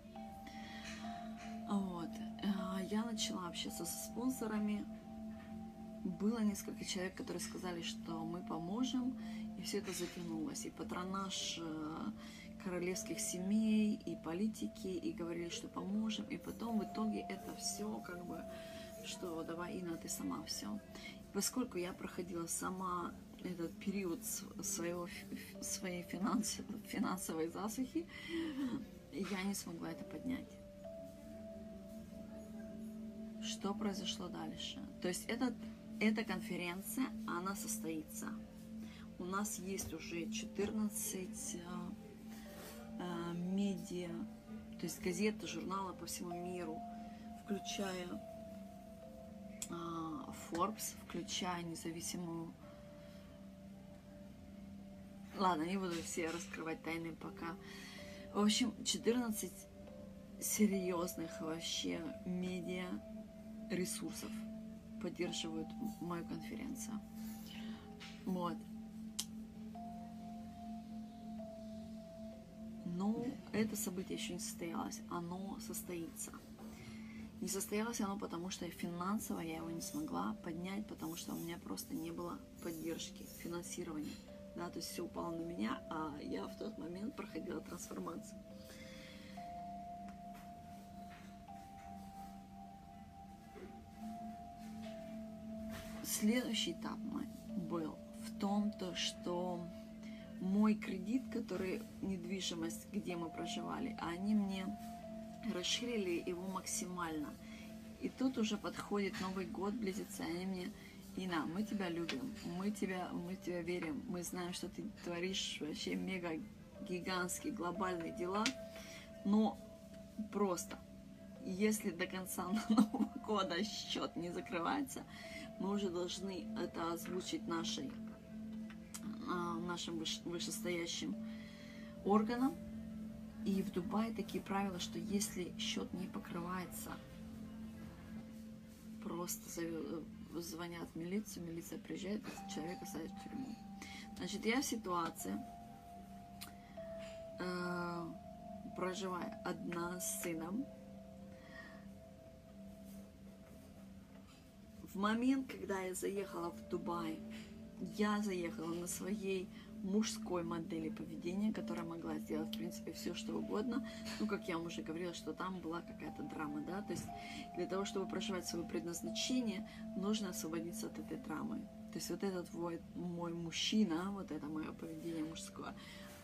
Вот. Я начала общаться со спонсорами. Было несколько человек, которые сказали, что мы поможем, и все это затянулось. И патронаж королевских семей, и политики, и говорили, что поможем. И потом в итоге это все как бы, что давай, Инна, ты сама все. Поскольку я проходила сама этот период своего, своей финанс, финансовой засухи, я не смогла это поднять. Что произошло дальше? То есть этот, эта конференция, она состоится. У нас есть уже четырнадцать э, э, медиа, то есть газеты, журналы по всему миру, включая Forbes, включая независимую... Ладно, не буду все раскрывать тайны пока. В общем, четырнадцать серьезных вообще медиа ресурсов поддерживают мою конференцию. Вот. Но это событие еще не состоялось. Оно состоится. Не состоялось оно, потому что финансово я его не смогла поднять, потому что у меня просто не было поддержки, финансирования. Да, то есть все упало на меня, а я в тот момент проходила трансформацию. Следующий этап мой был в том, то, что мой кредит, который недвижимость, где мы проживали, они мне расширили его максимально. И тут уже подходит Новый год, близится, и они мне: Инна, мы тебя любим, мы тебя, мы тебя верим, мы знаем, что ты творишь вообще мега гигантские глобальные дела, но просто, если до конца Нового года счет не закрывается, мы уже должны это озвучить нашей, нашим вышестоящим органам. И в Дубае такие правила, что если счет не покрывается, просто звонят в милицию, милиция приезжает, человека садят в тюрьму. Значит, я в ситуации, э, проживая одна с сыном, в момент, когда я заехала в Дубай, я заехала на своей мужской модели поведения, которая могла сделать, в принципе, все, что угодно. Ну, как я вам уже говорила, что там была какая-то драма, да, то есть для того, чтобы проживать свое предназначение, нужно освободиться от этой драмы. То есть вот этот мой, мой мужчина, вот это мое поведение мужское,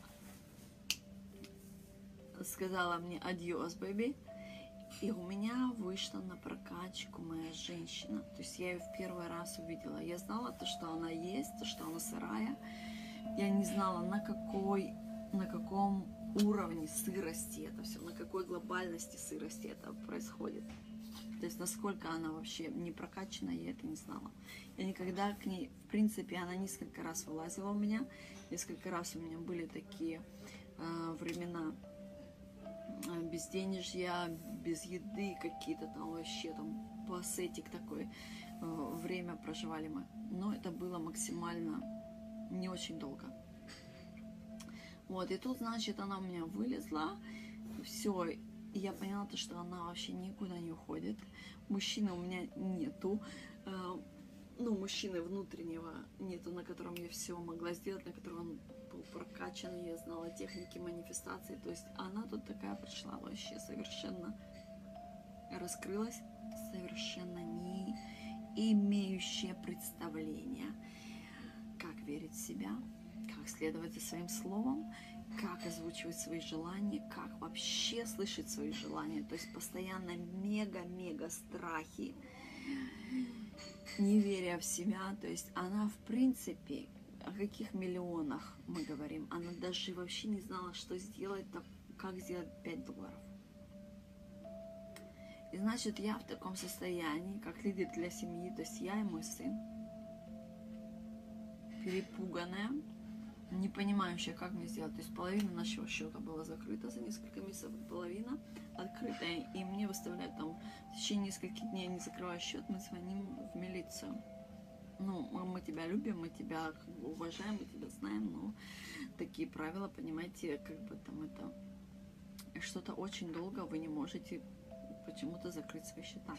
сказала мне «Адьос, бэби», и у меня вышла на прокачку моя женщина. То есть я ее в первый раз увидела. Я знала то, что она есть, то, что она сырая. Я не знала, на какой, на каком уровне сырости это все, на какой глобальности сырости это происходит. То есть насколько она вообще не прокачана, я это не знала. Я никогда к ней, в принципе, она несколько раз вылазила у меня. Несколько раз у меня были такие э, времена безденежья, без еды, какие-то там вообще там пассетик такой, э, время проживали мы. Но это было максимально не очень долго. Вот, и тут, значит, она у меня вылезла, все, и я поняла, то, что она вообще никуда не уходит. Мужчины у меня нету, э, ну, мужчины внутреннего нету, на котором я все могла сделать, на котором он был прокачан, я знала техники манифестации. То есть она тут такая пришла вообще совершенно раскрылась, совершенно не имеющая представления, как верить в себя, как следовать за своим словом, как озвучивать свои желания, как вообще слышать свои желания. То есть постоянно мега-мега страхи, неверия в себя. То есть она, в принципе, о каких миллионах мы говорим, она даже вообще не знала, что сделать, как сделать пять долларов. И значит, я в таком состоянии, как лидер для семьи, то есть я и мой сын, перепуганная, не понимающая, как мне сделать. То есть половина нашего счета была закрыта за несколько месяцев, половина открытая. И мне выставляют там в течение нескольких дней, не закрывая счет, мы звоним в милицию. Ну, мы тебя любим, мы тебя как бы уважаем, мы тебя знаем, но такие правила, понимаете, как бы там это что-то очень долго вы не можете почему-то закрыть свои счета.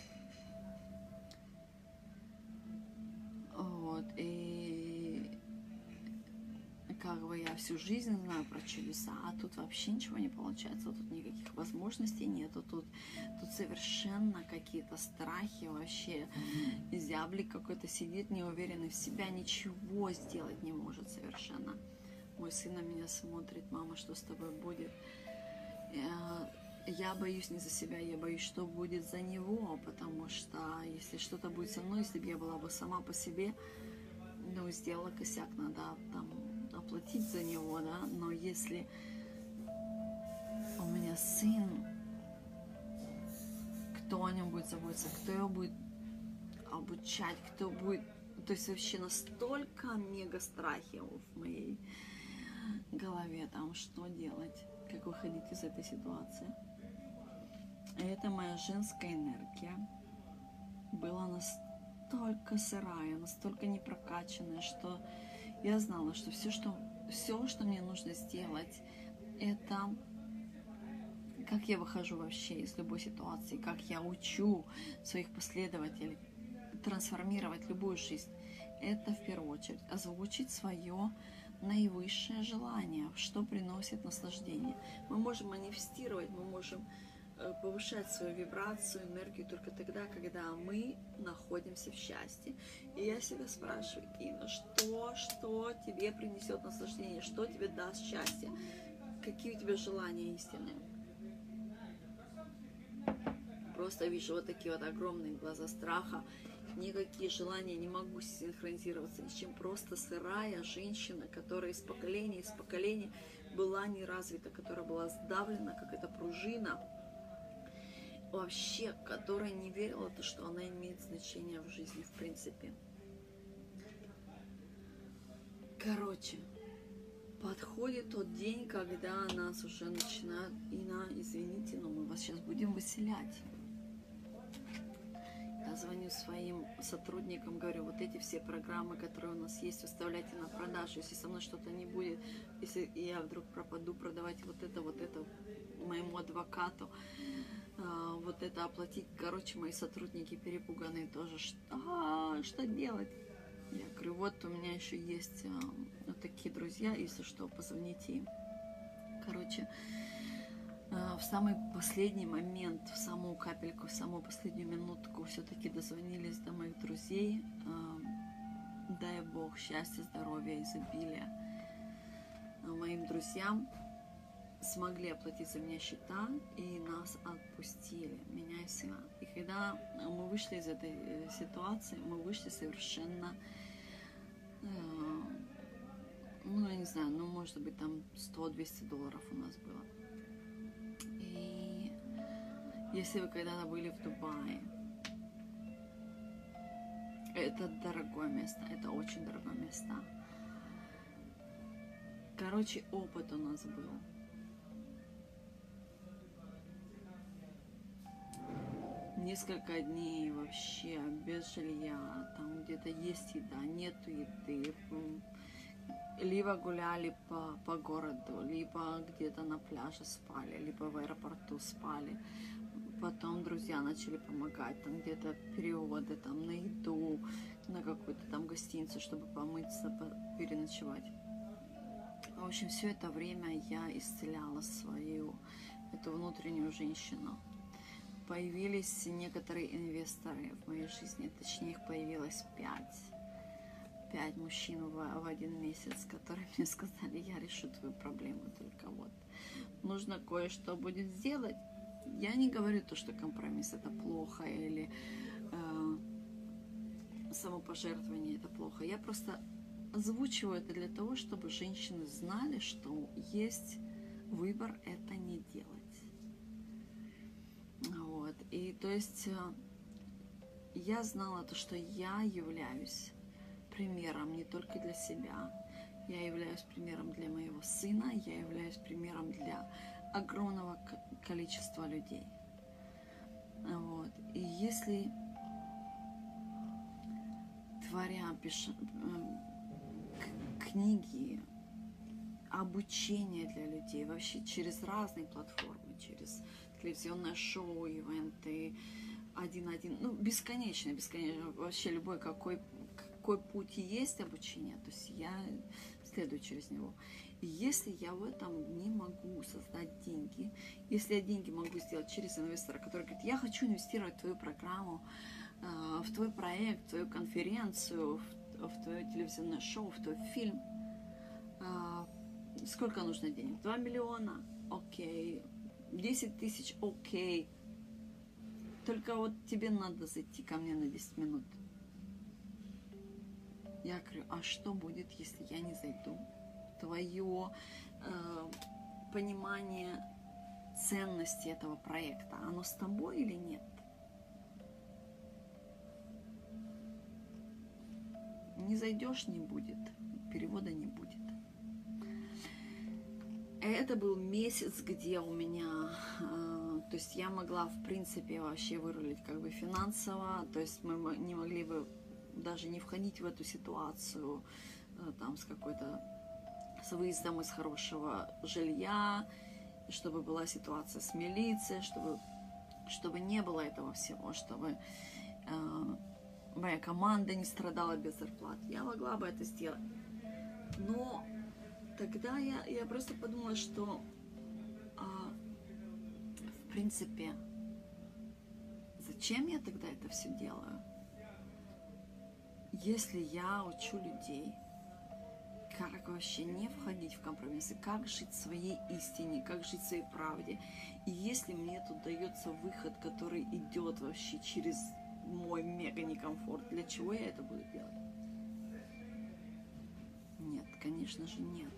Вот, и как бы я всю жизнь знаю про чудеса, а тут вообще ничего не получается, тут никаких возможностей нету, тут, тут совершенно какие-то страхи вообще, зяблик какой-то сидит, неуверенный в себя, ничего сделать не может совершенно. Мой сын на меня смотрит: мама, что с тобой будет? Я боюсь не за себя, я боюсь, что будет за него, потому что если что-то будет со мной, если бы я была бы сама по себе, ну, сделала косяк, надо там оплатить за него, да, но если у меня сын, кто о нем будет заботиться, кто его будет обучать, кто будет, то есть вообще настолько мега страхи в моей голове, там, что делать, как выходить из этой ситуации. И это моя женская энергия была настолько сырая, настолько непрокачанная, что я знала, что все, что, все, что мне нужно сделать, это как я выхожу вообще из любой ситуации, как я учу своих последователей трансформировать любую жизнь. Это в первую очередь озвучить свое наивысшее желание, что приносит наслаждение. Мы можем манифестировать, мы можем повышать свою вибрацию, энергию только тогда, когда мы находимся в счастье. И я себя спрашиваю: Инна, что, что тебе принесет наслаждение, что тебе даст счастье, какие у тебя желания истинные? Просто вижу вот такие вот огромные глаза страха, никакие желания, не могу синхронизироваться ни с чем, просто сырая женщина, которая из поколения из поколения была не развита, которая была сдавлена, как эта пружина, вообще, которая не верила в то, что она имеет значение в жизни, в принципе. Короче, подходит тот день, когда нас уже начинают: Инна, извините, но мы вас сейчас будем выселять. Я звоню своим сотрудникам, говорю: вот эти все программы, которые у нас есть, выставляйте на продажу. Если со мной что-то не будет, если я вдруг пропаду, продавайте вот это, вот это моему адвокату, вот это оплатить. Короче, мои сотрудники перепуганные тоже. Что, что делать? Я говорю: вот у меня еще есть вот такие друзья, если что, позвоните им. Короче, в самый последний момент, в самую капельку, в самую последнюю минутку все-таки дозвонились до моих друзей. Дай Бог счастья, здоровья, изобилия моим друзьям. Смогли оплатить за меня счета и нас отпустили, меня и сына. И когда мы вышли из этой ситуации, мы вышли совершенно, э, ну, я не знаю, ну, может быть, там сто-двести долларов у нас было. И если вы когда-то были в Дубае, это дорогое место, это очень дорогое место. Короче, опыт у нас был. Несколько дней вообще без жилья, там где-то есть еда, нету еды. Либо гуляли по, по городу, либо где-то на пляже спали, либо в аэропорту спали. Потом друзья начали помогать, там где-то переводы, там на еду, на какую-то там гостиницу, чтобы помыться, переночевать. В общем, все это время я исцеляла свою, эту внутреннюю женщину. Появились некоторые инвесторы в моей жизни, точнее их появилось пять. Пять мужчин в, в один месяц, которые мне сказали: я решу твою проблему, только вот нужно кое-что будет сделать. Я не говорю то, что компромисс это плохо или э, самопожертвование это плохо. Я просто озвучиваю это для того, чтобы женщины знали, что есть выбор это не делать. Вот. И то есть я знала то, что я являюсь примером не только для себя, я являюсь примером для моего сына, я являюсь примером для огромного количества людей. Вот. И если творя, пиша, книги, обучение для людей вообще через разные платформы, через телевизионное шоу, ивенты, один-один, ну, бесконечно, бесконечно, вообще любой, какой, какой путь есть обучения, то есть я следую через него. И если я в этом не могу создать деньги, если я деньги могу сделать через инвестора, который говорит, я хочу инвестировать в твою программу, в твой проект, в твою конференцию, в, в твое телевизионное шоу, в твой фильм, сколько нужно денег? два миллиона? Окей. десять тысяч? Окей. Только вот тебе надо зайти ко мне на десять минут. Я говорю, а что будет, если я не зайду? Твое э, понимание ценности этого проекта, оно с тобой или нет? Не зайдешь, не будет. Перевода не будет. Это был месяц, где у меня, э, то есть я могла, в принципе, вообще вырулить как бы финансово, то есть мы не могли бы даже не входить в эту ситуацию, э, там, с какой-то, с выездом из хорошего жилья, чтобы была ситуация с милицией, чтобы, чтобы не было этого всего, чтобы э, моя команда не страдала без зарплат. Я могла бы это сделать. Но тогда я, я просто подумала, что а, в принципе, зачем я тогда это все делаю? Если я учу людей, как вообще не входить в компромиссы, как жить своей истине, как жить своей правде. И если мне тут дается выход, который идет вообще через мой мега некомфорт, для чего я это буду делать? Нет, конечно же нет.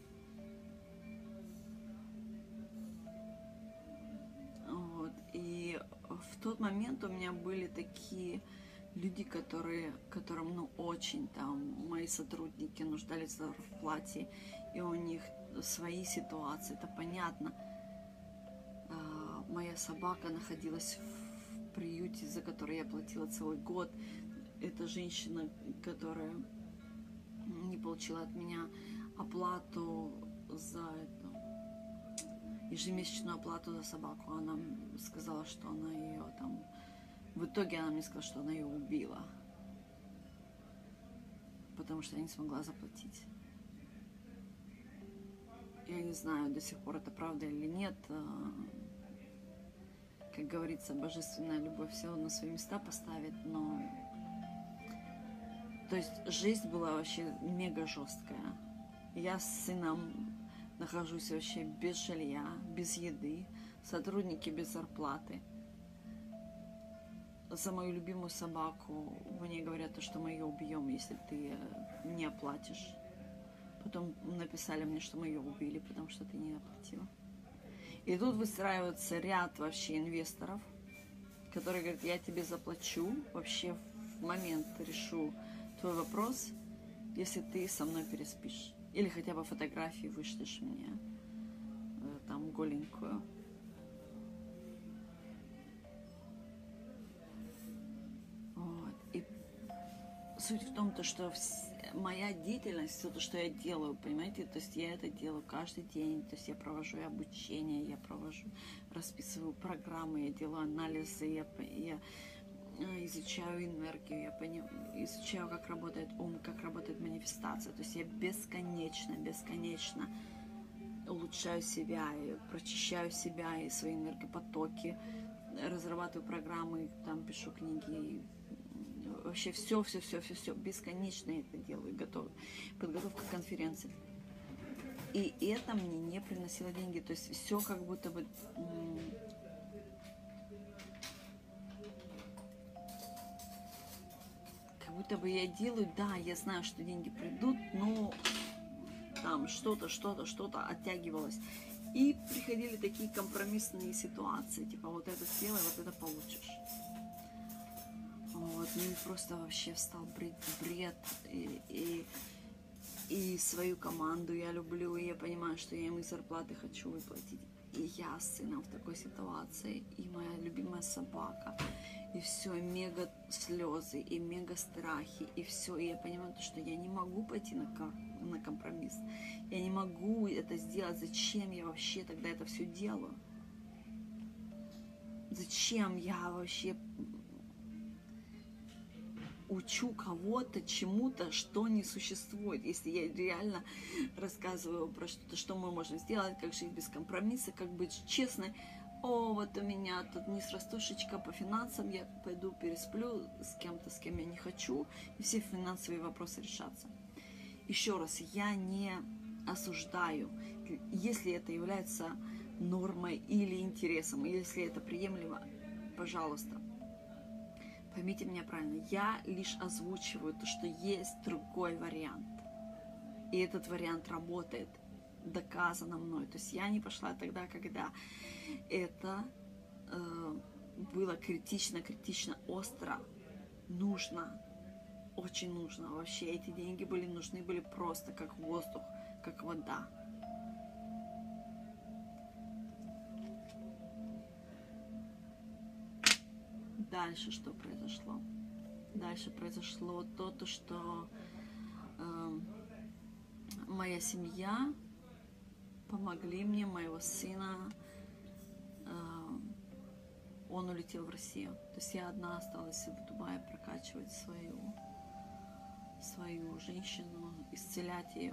Вот. И в тот момент у меня были такие люди, которые, которым, ну, очень там, мои сотрудники нуждались в зарплате, и у них свои ситуации, это понятно. А, моя собака находилась в приюте, за который я платила целый год. Это женщина, которая не получила от меня оплату за это, ежемесячную оплату за собаку. Она сказала, что она ее там... В итоге она мне сказала, что она ее убила, потому что я не смогла заплатить. Я не знаю, до сих пор это правда или нет. Как говорится, божественная любовь все на свои места поставит, но... То есть жизнь была вообще мега жесткая. Я с сыном нахожусь вообще без жилья, без еды, сотрудники без зарплаты. За мою любимую собаку мне говорят, что мы ее убьем, если ты не оплатишь. Потом написали мне, что мы ее убили, потому что ты не оплатила. И тут выстраивается ряд вообще инвесторов, которые говорят, я тебе заплачу, вообще в момент решу твой вопрос, если ты со мной переспишь. Или хотя бы фотографии вышлешь мне, там, голенькую. Вот. И суть в том, то, что моя деятельность, все то, что я делаю, понимаете, то есть я это делаю каждый день, то есть я провожу обучение, я провожу, расписываю программы, я делаю анализы, я, я изучаю энергию, я понимаю, изучаю, как работает ум, как работает манифестация, то есть я бесконечно, бесконечно улучшаю себя, и прочищаю себя и свои энергопотоки, разрабатываю программы, там пишу книги, вообще все, все, все, все, все, бесконечно это делаю, готовы. Подготовка к конференции. И это мне не приносило деньги, то есть все как будто бы... как будто бы я делаю, да, я знаю, что деньги придут, но там что-то, что-то, что-то оттягивалось. И приходили такие компромиссные ситуации, типа вот это сделай, вот это получишь. Вот, ну и просто вообще встал бред, бред и, и, и свою команду я люблю, и я понимаю, что я им из зарплаты хочу выплатить. И я с сыном в такой ситуации, и моя любимая собака, и все, и мега слезы, и мега страхи, и все. И я понимаю, что я не могу пойти на, на компромисс. Я не могу это сделать. Зачем я вообще тогда это все делаю? Зачем я вообще учу кого-то чему-то, что не существует? Если я реально рассказываю про что-то, что мы можем сделать, как жить без компромисса, как быть честной. О, вот у меня тут несрастушечка по финансам, я пойду пересплю с кем-то, с кем я не хочу, и все финансовые вопросы решатся. Еще раз, я не осуждаю, если это является нормой или интересом, если это приемлемо, пожалуйста. Поймите меня правильно, я лишь озвучиваю то, что есть другой вариант. И этот вариант работает, доказано мной. То есть я не пошла тогда, когда это э, было критично, критично, остро, нужно, очень нужно. Вообще эти деньги были нужны, были просто как воздух, как вода. Дальше что произошло? Дальше произошло то, то что э, моя семья помогли мне, моего сына, э, он улетел в Россию. То есть я одна осталась в Дубае прокачивать свою, свою женщину, исцелять ее.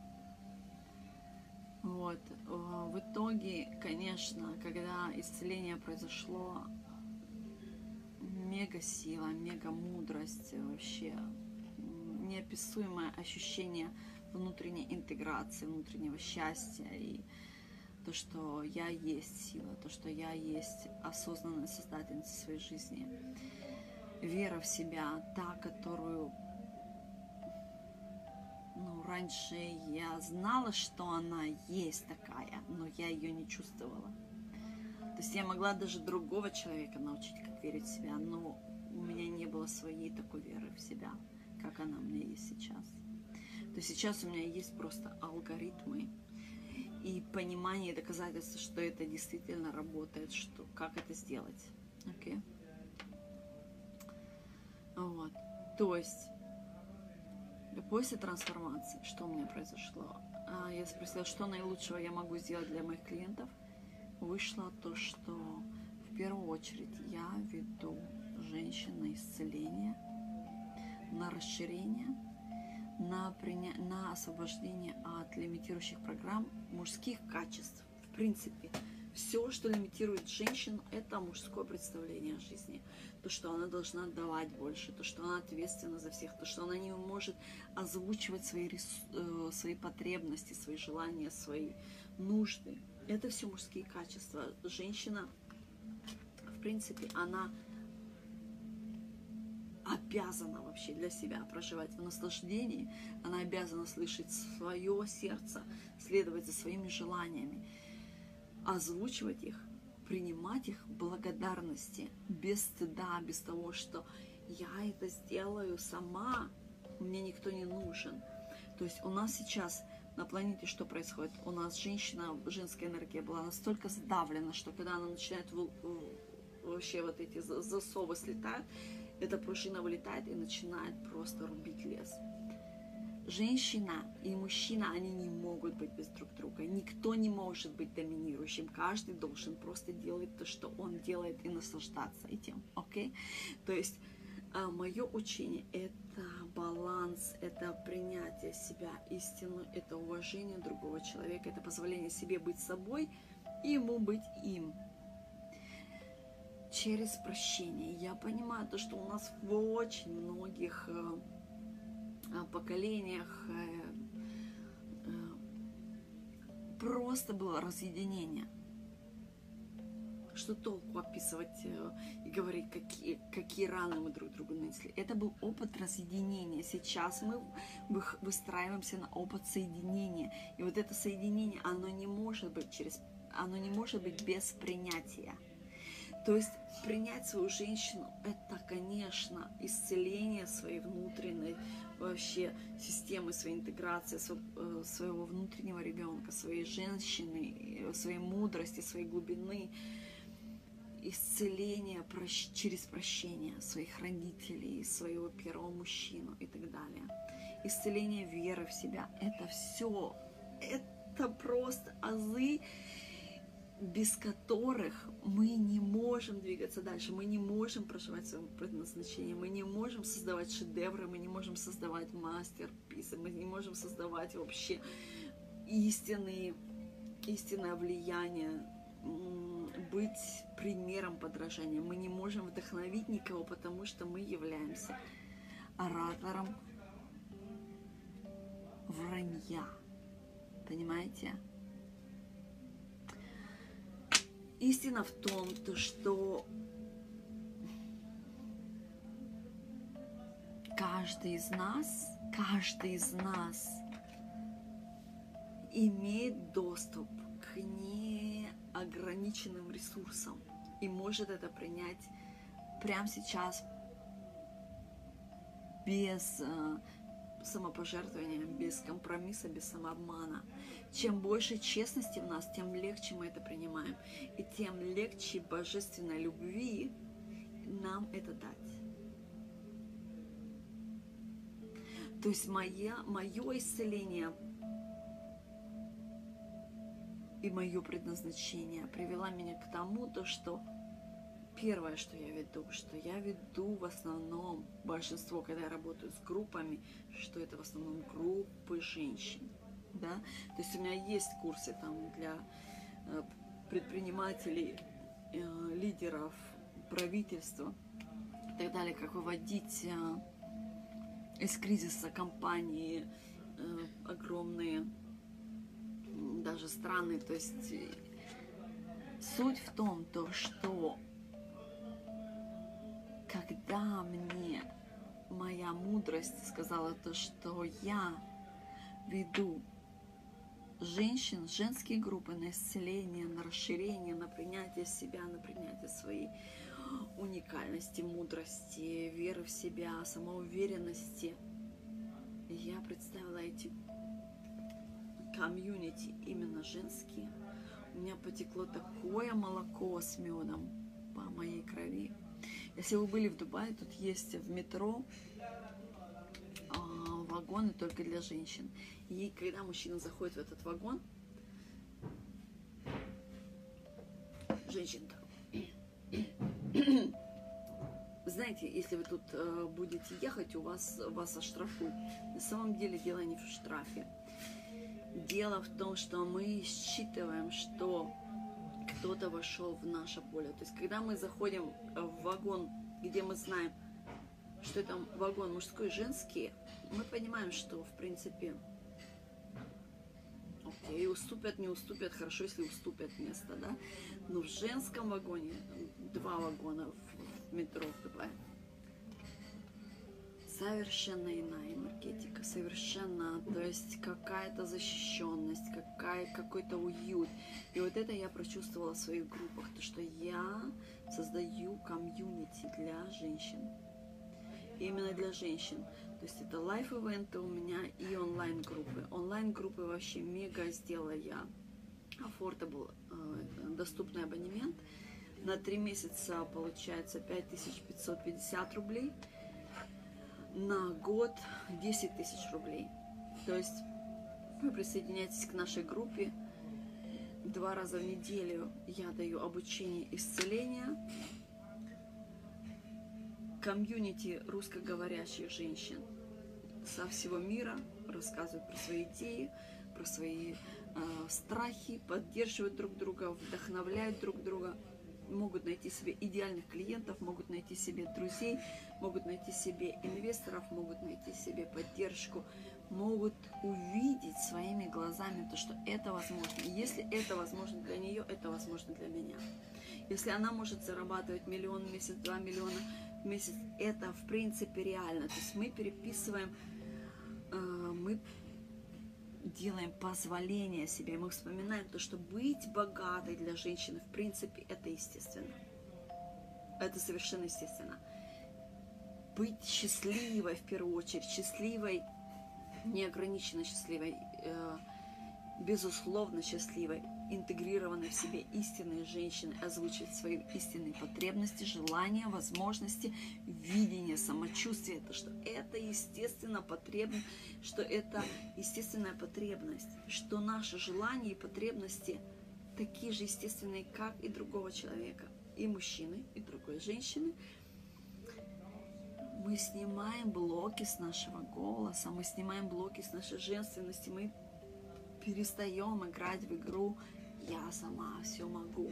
Вот. В итоге, конечно, когда исцеление произошло, мега сила, мега мудрость, вообще неописуемое ощущение внутренней интеграции, внутреннего счастья и то, что я есть сила, то, что я есть осознанная создательница своей жизни. Вера в себя, та, которую ну, раньше я знала, что она есть такая, но я ее не чувствовала. То есть я могла даже другого человека научить, как верить в себя, но у меня не было своей такой веры в себя, как она у меня есть сейчас. То есть сейчас у меня есть просто алгоритмы и понимание и доказательства, что это действительно работает, что, как это сделать. Okay? Вот. То есть после трансформации, что у меня произошло? Я спросила, что наилучшего я могу сделать для моих клиентов. Вышло то, что в первую очередь я веду женщин на исцеление, на расширение, на, приня... на освобождение от лимитирующих программ мужских качеств. В принципе, все, что лимитирует женщину, это мужское представление о жизни. То, что она должна давать больше, то, что она ответственна за всех, то, что она не может озвучивать свои, ресурсы, свои потребности, свои желания, свои нужды. Это все мужские качества. Женщина, в принципе, она обязана вообще для себя проживать в наслаждении. Она обязана слышать свое сердце, следовать за своими желаниями, озвучивать их, принимать их в благодарности, без стыда, без того, что я это сделаю сама, мне никто не нужен. То есть у нас сейчас на планете что происходит? У нас женщина, женская энергия была настолько сдавлена, что когда она начинает вообще вот эти засовы слетают, эта пружина вылетает и начинает просто рубить лес. Женщина и мужчина, они не могут быть без друг друга. Никто не может быть доминирующим. Каждый должен просто делать то, что он делает, и наслаждаться этим. Окей? То есть мое учение – это баланс, это принятие себя, истину, это уважение другого человека, это позволение себе быть собой и ему быть им. Через прощение. Я понимаю то, что у нас в очень многих поколениях просто было разъединение. Что толку описывать и говорить, какие, какие раны мы друг другу нанесли. Это был опыт разъединения. Сейчас мы выстраиваемся на опыт соединения. И вот это соединение, оно не может быть через, оно не может быть без принятия. То есть принять свою женщину – это, конечно, исцеление своей внутренней вообще системы, своей интеграции, своего внутреннего ребенка, своей женщины, своей мудрости, своей глубины, исцеление через прощение своих родителей, своего первого мужчину и так далее. Исцеление веры в себя – это все, это просто азы, без которых мы не можем двигаться дальше, мы не можем проживать свое предназначение, мы не можем создавать шедевры, мы не можем создавать мастерписы, мы не можем создавать вообще истинные, истинное влияние, быть примером подражания. Мы не можем вдохновить никого, потому что мы являемся оратором вранья. Понимаете? Истина в том, то, что каждый из нас, каждый из нас имеет доступ к неограниченным ресурсам и может это принять прямо сейчас без э, самопожертвования, без компромисса, без самообмана. Чем больше честности в нас, тем легче мы это принимаем. И тем легче божественной любви нам это дать. То есть моя, мое исцеление и мое предназначение привело меня к тому, то, что первое, что я веду, что я веду в основном большинство, когда я работаю с группами, что это в основном группы женщин. Да? То есть у меня есть курсы там для э, предпринимателей, э, лидеров, правительства и так далее, как выводить э, из кризиса компании э, огромные, даже страны. То есть э, суть в том, то, что когда мне моя мудрость сказала то, что я веду женщин, женские группы на исцеление, на расширение, на принятие себя, на принятие своей уникальности, мудрости, веры в себя, самоуверенности, я представила эти комьюнити именно женские. У меня потекло такое молоко с медом по моей крови. Если вы были в Дубае, тут есть в метро э, вагоны только для женщин. И когда мужчина заходит в этот вагон, женщина, знаете, если вы тут э, будете ехать, у вас вас оштрафуют. На самом деле дело не в штрафе. Дело в том, что мы считываем, что кто-то вошел в наше поле. То есть, когда мы заходим в вагон, где мы знаем, что это вагон мужской и женский, мы понимаем, что, в принципе, окей, уступят, не уступят, хорошо, если уступят место, да? Но в женском вагоне, два вагона в метро в Дубае, совершенно иная энергетика, совершенно, то есть какая-то защищенность, какая, какой-то уют. И вот это я прочувствовала в своих группах, то что я создаю комьюнити для женщин. Именно для женщин. То есть это лайф-ивенты у меня и онлайн-группы. Онлайн-группы вообще мега сделала я. Affordable, доступный абонемент. На три месяца получается пять тысяч пятьсот пятьдесят рублей. На год десять тысяч рублей. То есть вы присоединяетесь к нашей группе. Два раза в неделю я даю обучение исцеления. Комьюнити русскоговорящих женщин со всего мира рассказывают про свои идеи, про свои э, страхи, поддерживают друг друга, вдохновляют друг друга. Могут найти себе идеальных клиентов, могут найти себе друзей, могут найти себе инвесторов, могут найти себе поддержку, могут увидеть своими глазами то, что это возможно. И если это возможно для нее, это возможно для меня. Если она может зарабатывать миллион в месяц, два миллиона в месяц, это в принципе реально. То есть мы переписываем, мы делаем позволение себе, мы вспоминаем то, что быть богатой для женщины, в принципе, это естественно. Это совершенно естественно. Быть счастливой, в первую очередь, счастливой, неограниченно счастливой, э, безусловно счастливой, интегрированной в себе истинной женщины, озвучивать свои истинные потребности, желания, возможности, видение, самочувствие, то, что это естественно потребно, что это естественная потребность, что наши желания и потребности такие же естественные, как и другого человека, и мужчины, и другой женщины. Мы снимаем блоки с нашего голоса, мы снимаем блоки с нашей женственности, мы перестаем играть в игру «я сама все могу».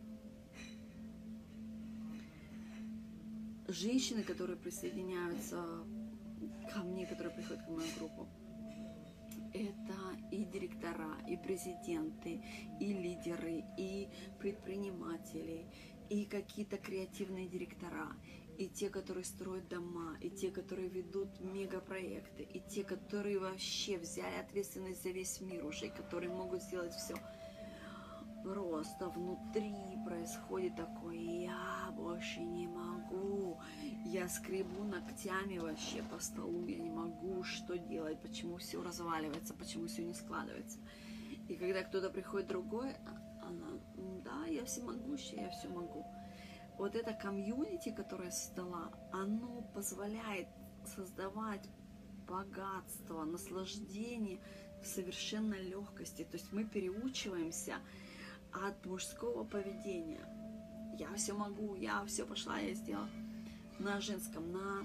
Женщины, которые присоединяются ко мне, которые приходят в мою группу, это и директора, и президенты, и лидеры, и предприниматели, и какие-то креативные директора, и те, которые строят дома, и те, которые ведут мегапроекты, и те, которые вообще взяли ответственность за весь мир уже, и которые могут сделать все. Просто внутри происходит такое: я больше не могу, я скребу ногтями вообще по столу, я не могу, что делать, почему все разваливается, почему все не складывается. И когда кто-то приходит другой, она: да, я всемогущая, я все могу. Вот это комьюнити, которое я создала, оно позволяет создавать богатство, наслаждение в совершенной легкости. То есть мы переучиваемся от мужского поведения. Я все могу, я все пошла, я сделала. На женском, на,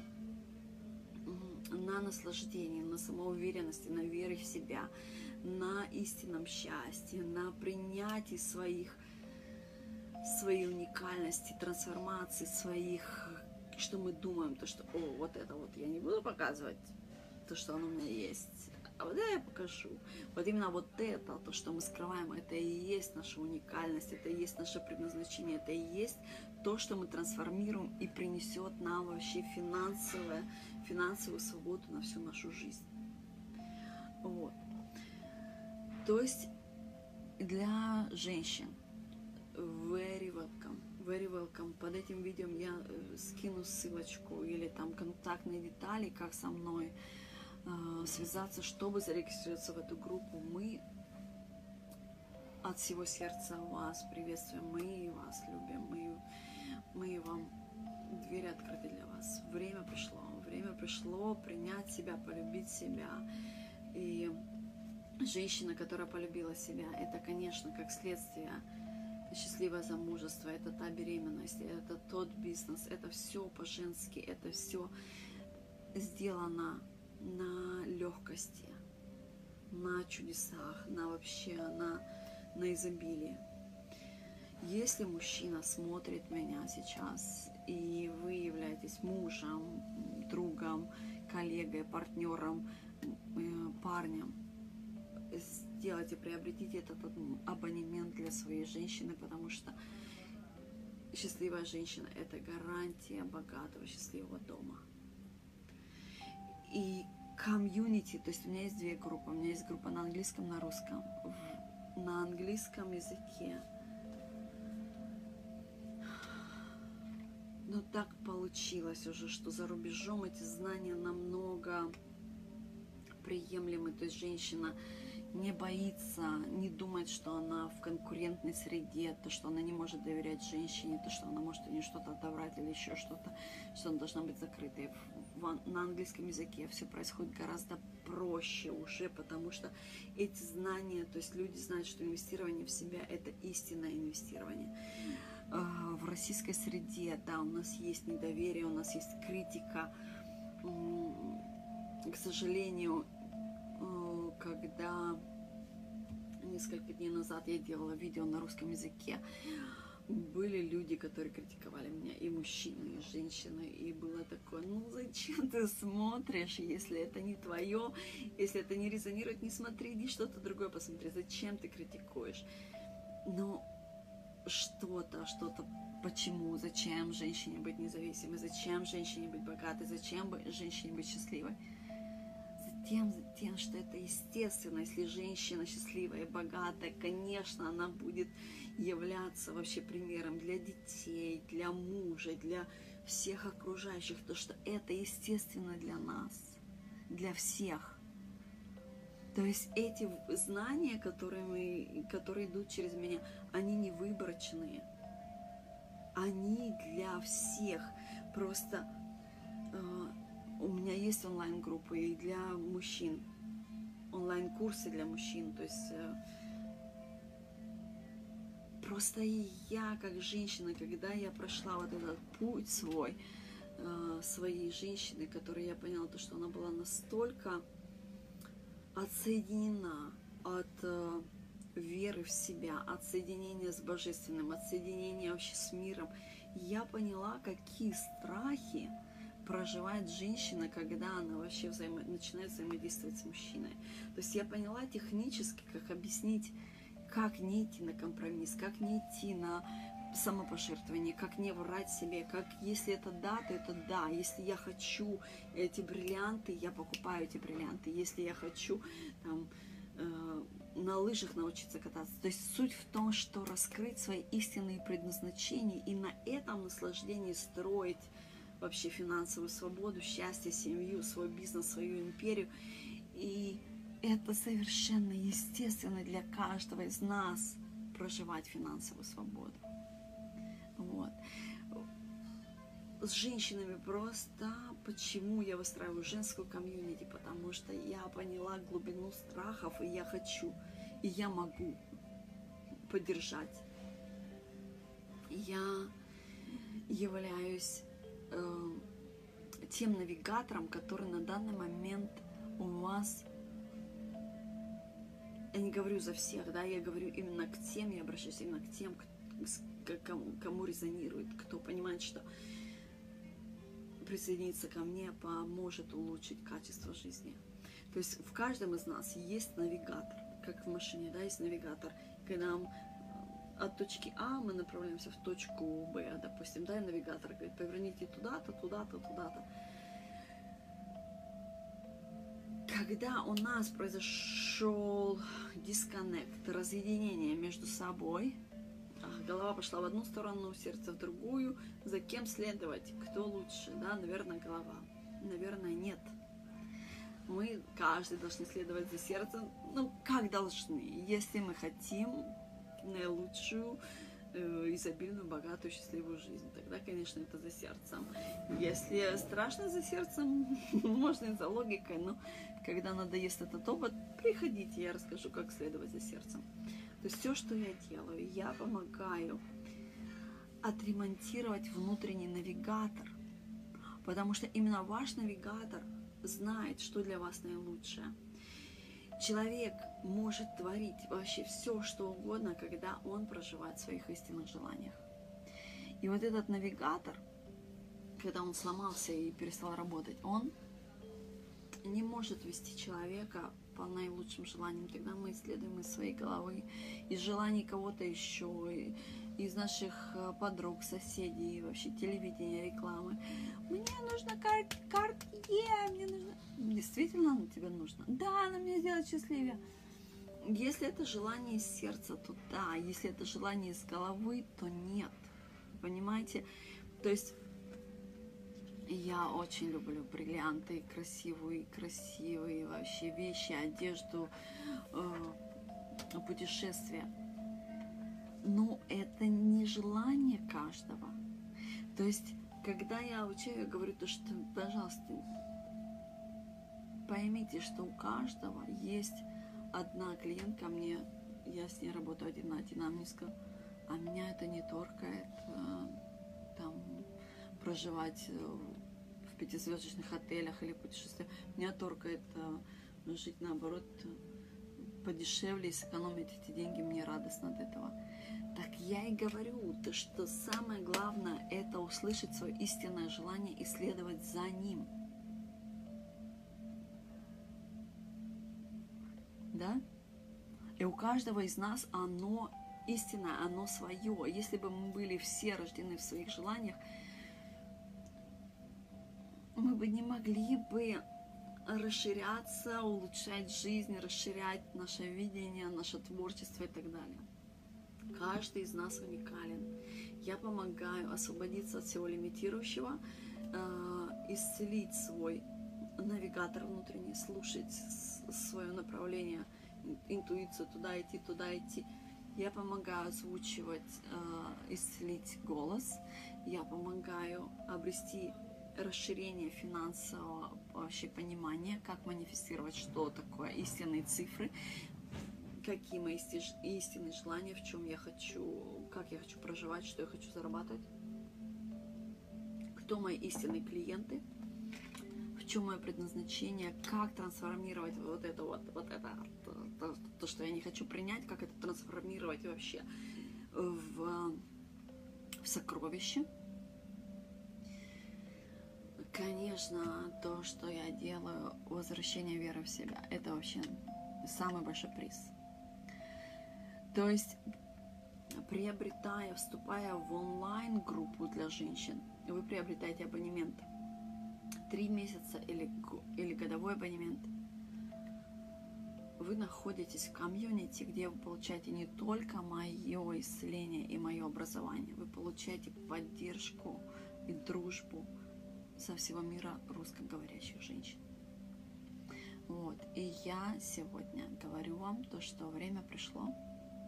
на наслаждении, на самоуверенности, на вере в себя, на истинном счастье, на принятии своих своей уникальности, трансформации своих, что мы думаем, то, что, о, вот это вот я не буду показывать, то, что оно у меня есть, а вот это я покажу. Вот именно вот это, то, что мы скрываем, это и есть наша уникальность, это и есть наше предназначение, это и есть то, что мы трансформируем и принесет нам вообще финансовое, финансовую свободу на всю нашу жизнь. Вот. То есть для женщин very welcome, very welcome. Под этим видео я скину ссылочку или там контактные детали, как со мной э, связаться, чтобы зарегистрироваться в эту группу. Мы от всего сердца вас приветствуем, мы вас любим, мы, мы вам, двери открыты для вас. Время пришло, время пришло принять себя, полюбить себя. И женщина, которая полюбила себя, это, конечно, как следствие счастливое замужество, это та беременность, это тот бизнес, это все по-женски, это все сделано на легкости, на чудесах, на вообще, на, на изобилии. Если мужчина смотрит меня сейчас, и вы являетесь мужем, другом, коллегой, партнером, парнем, сделайте, приобретите этот абонемент для своей женщины, потому что счастливая женщина – это гарантия богатого, счастливого дома. И комьюнити, то есть у меня есть две группы, у меня есть группа на английском, на русском. На английском языке. Но так получилось уже, что за рубежом эти знания намного приемлемы, то есть женщина не боится, не думает, что она в конкурентной среде, то, что она не может доверять женщине, то, что она может у нее что-то отобрать или еще что-то, что она должна быть закрытой. На английском языке все происходит гораздо проще уже, потому что эти знания, то есть люди знают, что инвестирование в себя – это истинное инвестирование. В российской среде, да, у нас есть недоверие, у нас есть критика. К сожалению, когда несколько дней назад я делала видео на русском языке были люди, которые критиковали меня, и мужчины, и женщины, и было такое: ну зачем ты смотришь, если это не твое, если это не резонирует, не смотри, иди что-то другое посмотри, зачем ты критикуешь? Ну, что-то, что-то, почему, зачем женщине быть независимой, зачем женщине быть богатой, зачем женщине быть счастливой? Затем, затем, что это естественно, если женщина счастливая и богатая, конечно, она будет являться вообще примером для детей, для мужа, для всех окружающих, то что это естественно для нас, для всех. То есть эти знания, которые, мы, которые идут через меня, они не выборочные, они для всех. Просто э, у меня есть онлайн-группы и для мужчин, онлайн-курсы для мужчин, то есть э, просто и я, как женщина, когда я прошла вот этот путь свой, э, своей женщины, которой я поняла, то, что она была настолько отсоединена от э, веры в себя, от соединения с Божественным, от соединения вообще с миром, я поняла, какие страхи проживает женщина, когда она вообще взаимо... начинает взаимодействовать с мужчиной. То есть я поняла технически, как объяснить, как не идти на компромисс, как не идти на самопожертвование, как не врать себе, как если это да, то это да. Если я хочу эти бриллианты, я покупаю эти бриллианты. Если я хочу там, э, на лыжах научиться кататься. То есть суть в том, что раскрыть свои истинные предназначения и на этом наслаждении строить вообще финансовую свободу, счастье, семью, свой бизнес, свою империю. И это совершенно естественно для каждого из нас проживать финансовую свободу. Вот. С женщинами просто, почему я выстраиваю женскую комьюнити, потому что я поняла глубину страхов, и я хочу, и я могу поддержать. Я являюсь э, тем навигатором, который на данный момент у вас, я не говорю за всех, да, я говорю именно к тем, я обращаюсь именно к тем, кому, кому резонирует, кто понимает, что присоединиться ко мне поможет улучшить качество жизни. То есть в каждом из нас есть навигатор, как в машине, да, есть навигатор. Когда мы от точки А мы направляемся в точку Б, допустим, да, и навигатор говорит: поверните туда-то, туда-то, туда-то. Когда у нас произошел дисконнект, разъединение между собой, голова пошла в одну сторону, сердце в другую, за кем следовать, кто лучше, да, наверное, голова, наверное, нет. Мы, каждый, должны следовать за сердцем, ну, как должны, если мы хотим наилучшую, э, изобильную, богатую, счастливую жизнь, тогда, конечно, это за сердцем. Если страшно за сердцем, можно и за логикой, но когда надоест этот опыт, приходите, я расскажу, как следовать за сердцем. То есть все, что я делаю, я помогаю отремонтировать внутренний навигатор, потому что именно ваш навигатор знает, что для вас наилучшее. Человек может творить вообще все, что угодно, когда он проживает в своих истинных желаниях. И вот этот навигатор, когда он сломался и перестал работать, он не может вести человека по наилучшим желаниям. Тогда мы исследуем из своей головы, из желаний кого-то еще, из наших подруг, соседей, вообще телевидения, рекламы. Мне нужно карт, Cartier, мне нужно... Действительно она тебе нужна? Да, она меня сделает счастливее. Если это желание из сердца, то да. Если это желание из головы, то нет. Понимаете? То есть я очень люблю бриллианты, красивые, красивые вообще вещи, одежду, э, путешествия. Но это не желание каждого. То есть, когда я обучаю, я говорю, то, что, пожалуйста, поймите, что у каждого есть одна клиентка, мне, я с ней работаю один на один, она мне сказала, а меня это не торкает, э, там, проживать в пятизвездочных отелях или путешествовать. Меня торкает э, жить, наоборот, подешевле и сэкономить эти деньги, мне радостно от этого. Так я и говорю, то, что самое главное, это услышать свое истинное желание и следовать за ним. Да? И у каждого из нас оно истинное, оно свое. Если бы мы были все рождены в своих желаниях, мы бы не могли бы расширяться, улучшать жизнь, расширять наше видение, наше творчество и так далее. Каждый из нас уникален. Я помогаю освободиться от всего лимитирующего, э, исцелить свой навигатор внутренний, слушать свое направление, интуицию, туда идти, туда идти. Я помогаю озвучивать, э, исцелить голос. Я помогаю обрести расширение финансового вообще понимания, как манифестировать, что такое истинные цифры, какие мои истинные желания, в чем я хочу, как я хочу проживать, что я хочу зарабатывать, кто мои истинные клиенты, в чем мое предназначение, как трансформировать вот это вот, вот это, то, то, что я не хочу принять, как это трансформировать вообще в, в сокровище. Конечно, то, что я делаю, возвращение веры в себя, это вообще самый большой приз. То есть, приобретая, вступая в онлайн-группу для женщин, вы приобретаете абонемент три месяца или, или годовой абонемент. Вы находитесь в комьюнити, где вы получаете не только мое исцеление и мое образование, вы получаете поддержку и дружбу со всего мира русскоговорящих женщин. Вот. И я сегодня говорю вам то, что время пришло.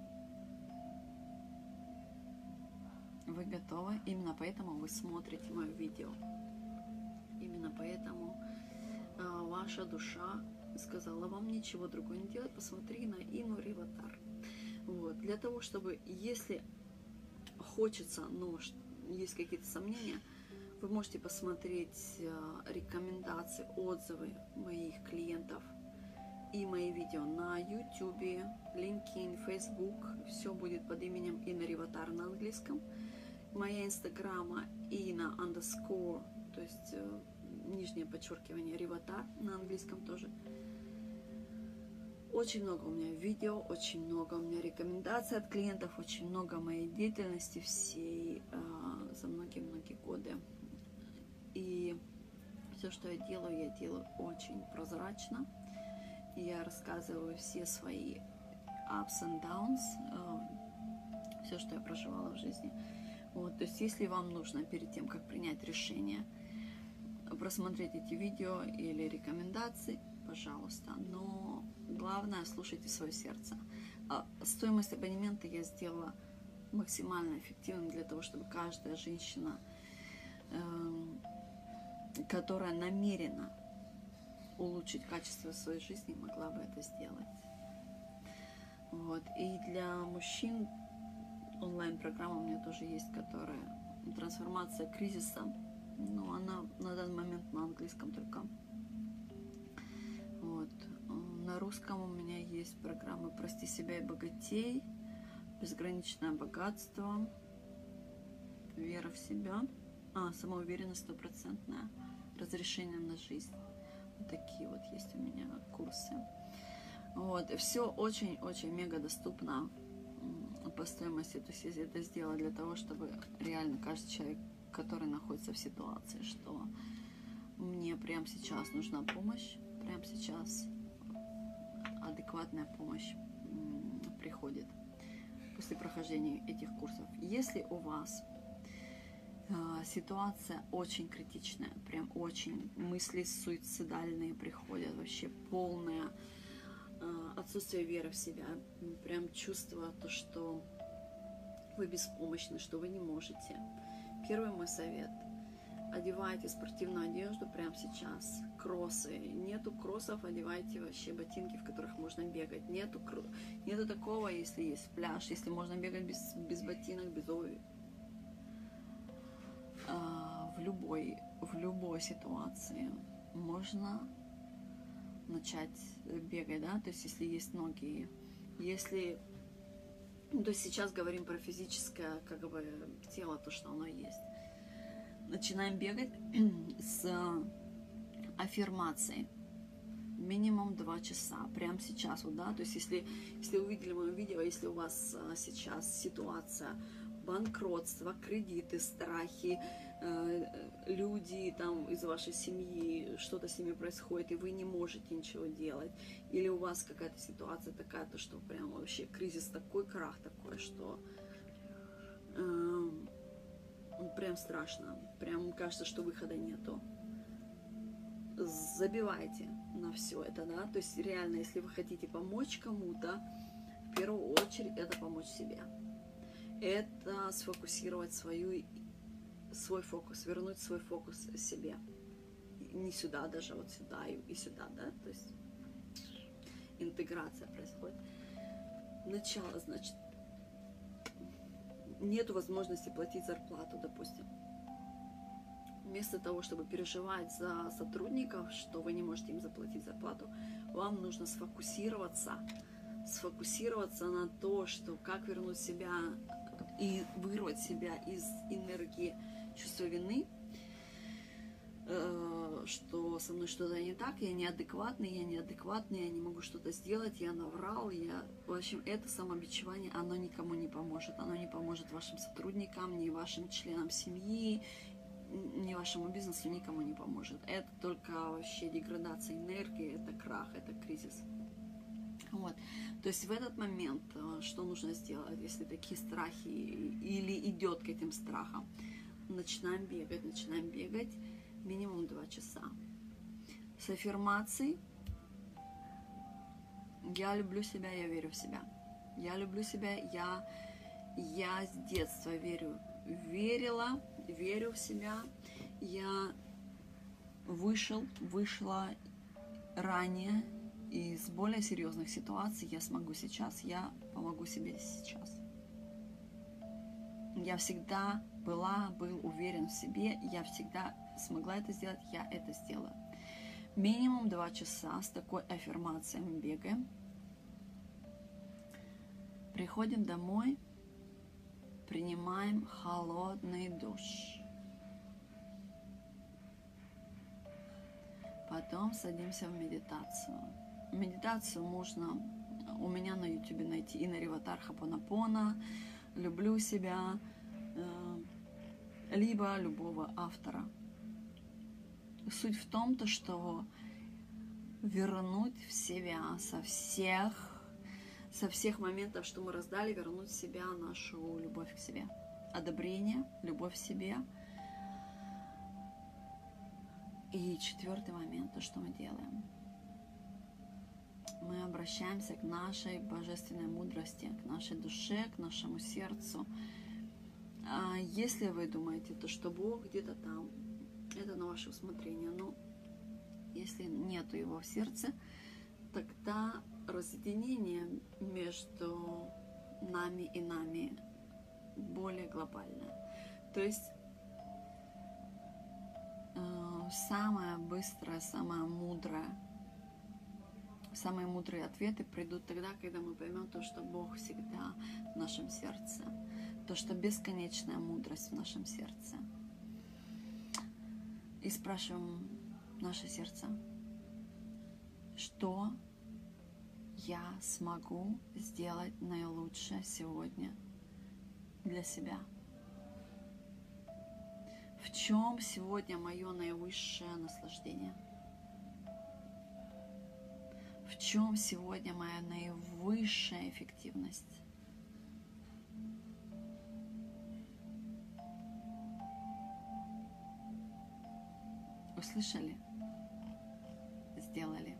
Вы готовы. Именно поэтому вы смотрите мое видео. Именно поэтому э, ваша душа сказала вам ничего другого не делать. Посмотри на Инну Риватар. Вот. Для того, чтобы, если хочется, но есть какие-то сомнения, вы можете посмотреть э, рекомендации, отзывы моих клиентов и мои видео на YouTube, LinkedIn, Facebook. Все будет под именем Инна Риватар на английском. Моя инстаграма Инна underscore, то есть э, нижнее подчеркивание Риватар на английском тоже. Очень много у меня видео, очень много у меня рекомендаций от клиентов, очень много моей деятельности всей э, за многие-многие годы. И все, что я делаю, я делаю очень прозрачно. Я рассказываю все свои ups and downs, э, все, что я проживала в жизни. Вот, то есть, если вам нужно перед тем, как принять решение, просмотреть эти видео или рекомендации, пожалуйста. Но главное, слушайте свое сердце. Стоимость абонемента я сделала максимально эффективной для того, чтобы каждая женщина, которая намерена улучшить качество своей жизни, могла бы это сделать. Вот. И для мужчин онлайн-программа у меня тоже есть, которая трансформация кризиса, но она на данный момент на английском только. Вот. На русском у меня есть программы «Прости себя и богатей», «Безграничное богатство», «Вера в себя», а, «Самоуверенность стопроцентная», «Разрешение на жизнь». Вот такие вот есть у меня курсы. Вот. Все очень-очень мега доступно по стоимости. То есть я это сделала для того, чтобы реально каждый человек, который находится в ситуации, что мне прямо сейчас нужна помощь, прямо сейчас адекватная помощь приходит после прохождения этих курсов. Если у вас э, ситуация очень критичная, прям очень, мысли суицидальные приходят, вообще полное э, отсутствие веры в себя, прям чувство, то, что вы беспомощны, что вы не можете. Первый мой совет: одевайте спортивную одежду прямо сейчас. Кроссы. Нету кроссов, одевайте вообще ботинки, в которых можно бегать. Нету, нету такого, если есть пляж, если можно бегать без, без ботинок, без обуви. А, в любой, в любой ситуации можно начать бегать, да, то есть если есть ноги, если, ну, то есть сейчас говорим про физическое, как бы, тело, то, что оно есть. Начинаем бегать с аффирмацией. Минимум два часа, прямо сейчас, вот, да, то есть если, если вы увидели мое видео, если у вас а, сейчас ситуация банкротства, кредиты, страхи, э, люди там из вашей семьи, что-то с ними происходит, и вы не можете ничего делать, или у вас какая-то ситуация такая, то что прям вообще кризис такой, крах такой, что э, прям страшно, прям кажется, что выхода нету. Забивайте на все это, да, то есть реально, если вы хотите помочь кому-то, в первую очередь это помочь себе, это сфокусировать свою, свой фокус, вернуть свой фокус себе, не сюда даже, вот сюда и, и сюда, да, то есть интеграция происходит. Начало, значит, нету возможности платить зарплату, допустим. Вместо того, чтобы переживать за сотрудников, что вы не можете им заплатить зарплату, вам нужно сфокусироваться, сфокусироваться на то, что как вернуть себя и вырвать себя из энергии чувства вины, что со мной что-то не так, я неадекватный, я неадекватный, я не могу что-то сделать, я наврал, я... В общем, это самобичевание, оно никому не поможет, оно не поможет вашим сотрудникам, ни вашим членам семьи, ни вашему бизнесу, никому не поможет. Это только вообще деградация энергии, это крах, это кризис. Вот. То есть в этот момент что нужно сделать, если такие страхи или идет к этим страхам? Начинаем бегать, начинаем бегать минимум два часа. С аффирмацией: я люблю себя, я верю в себя. Я люблю себя, я, я с детства верю, верила, верю в себя. Я вышел, вышла ранее из более серьезных ситуаций, я смогу сейчас, я помогу себе сейчас. Я всегда была, был уверен в себе, я всегда смогла это сделать, я это сделаю. Минимум два часа с такой аффирмацией мы бегаем. Приходим домой, принимаем холодный душ. Потом садимся в медитацию. Медитацию можно у меня на ютубе найти и на Риватар Хопонопона, люблю себя, либо любого автора. Суть в том, то, что вернуть в себя со всех, со всех моментов, что мы раздали, вернуть в себя нашу любовь к себе. Одобрение, любовь к себе. И четвертый момент, то, что мы делаем. Мы обращаемся к нашей божественной мудрости, к нашей душе, к нашему сердцу. А если вы думаете, то, что Бог где-то там, это на ваше усмотрение. Но если нету Его в сердце, тогда разъединение между нами и нами более глобальное. То есть самое быстрое, самое мудрое, самые мудрые ответы придут тогда, когда мы поймем то, что Бог всегда в нашем сердце, то, что бесконечная мудрость в нашем сердце. И спрашиваем наше сердце, что я смогу сделать наилучшее сегодня для себя? В чем сегодня мое наивысшее наслаждение? В чем сегодня моя наивысшая эффективность? Услышали? Сделали?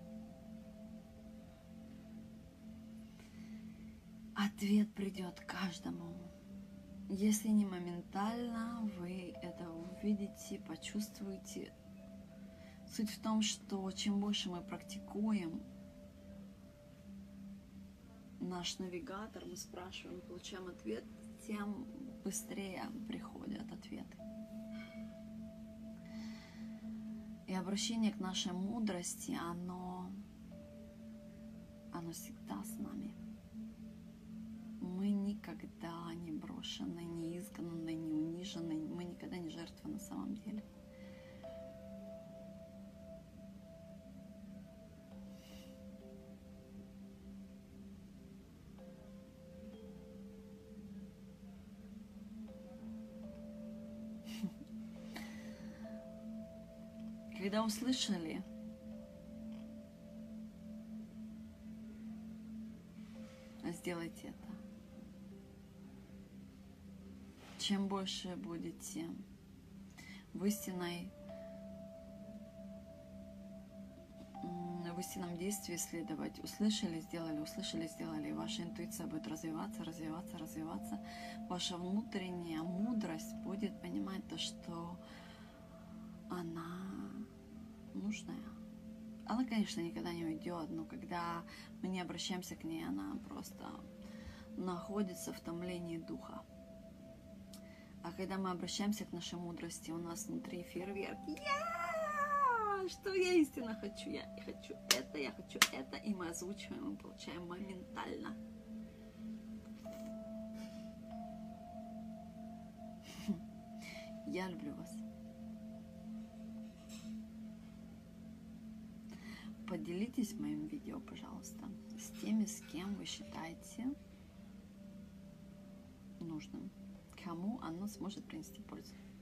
Ответ придет каждому. Если не моментально, вы это увидите, почувствуете. Суть в том, что чем больше мы практикуем, наш навигатор, мы спрашиваем, получаем ответ, тем быстрее приходят ответы. И обращение к нашей мудрости, оно оно всегда с нами. Мы никогда не брошены, не изгнаны, не унижены, мы никогда не жертвы на самом деле. Когда услышали, сделайте это. Чем больше будете в истинной, в истинном действии следовать, услышали, сделали, услышали, сделали, и ваша интуиция будет развиваться, развиваться, развиваться, ваша внутренняя мудрость будет понимать то, что она нужная. Она, конечно, никогда не уйдет, но когда мы не обращаемся к ней, она просто находится в томлении духа. А когда мы обращаемся к нашей мудрости, у нас внутри фейерверк. Я! Что я истинно хочу? Я хочу это, я хочу это. И мы озвучиваем и получаем моментально. Я люблю вас. Поделитесь моим видео, пожалуйста, с теми, с кем вы считаете нужным, кому оно сможет принести пользу.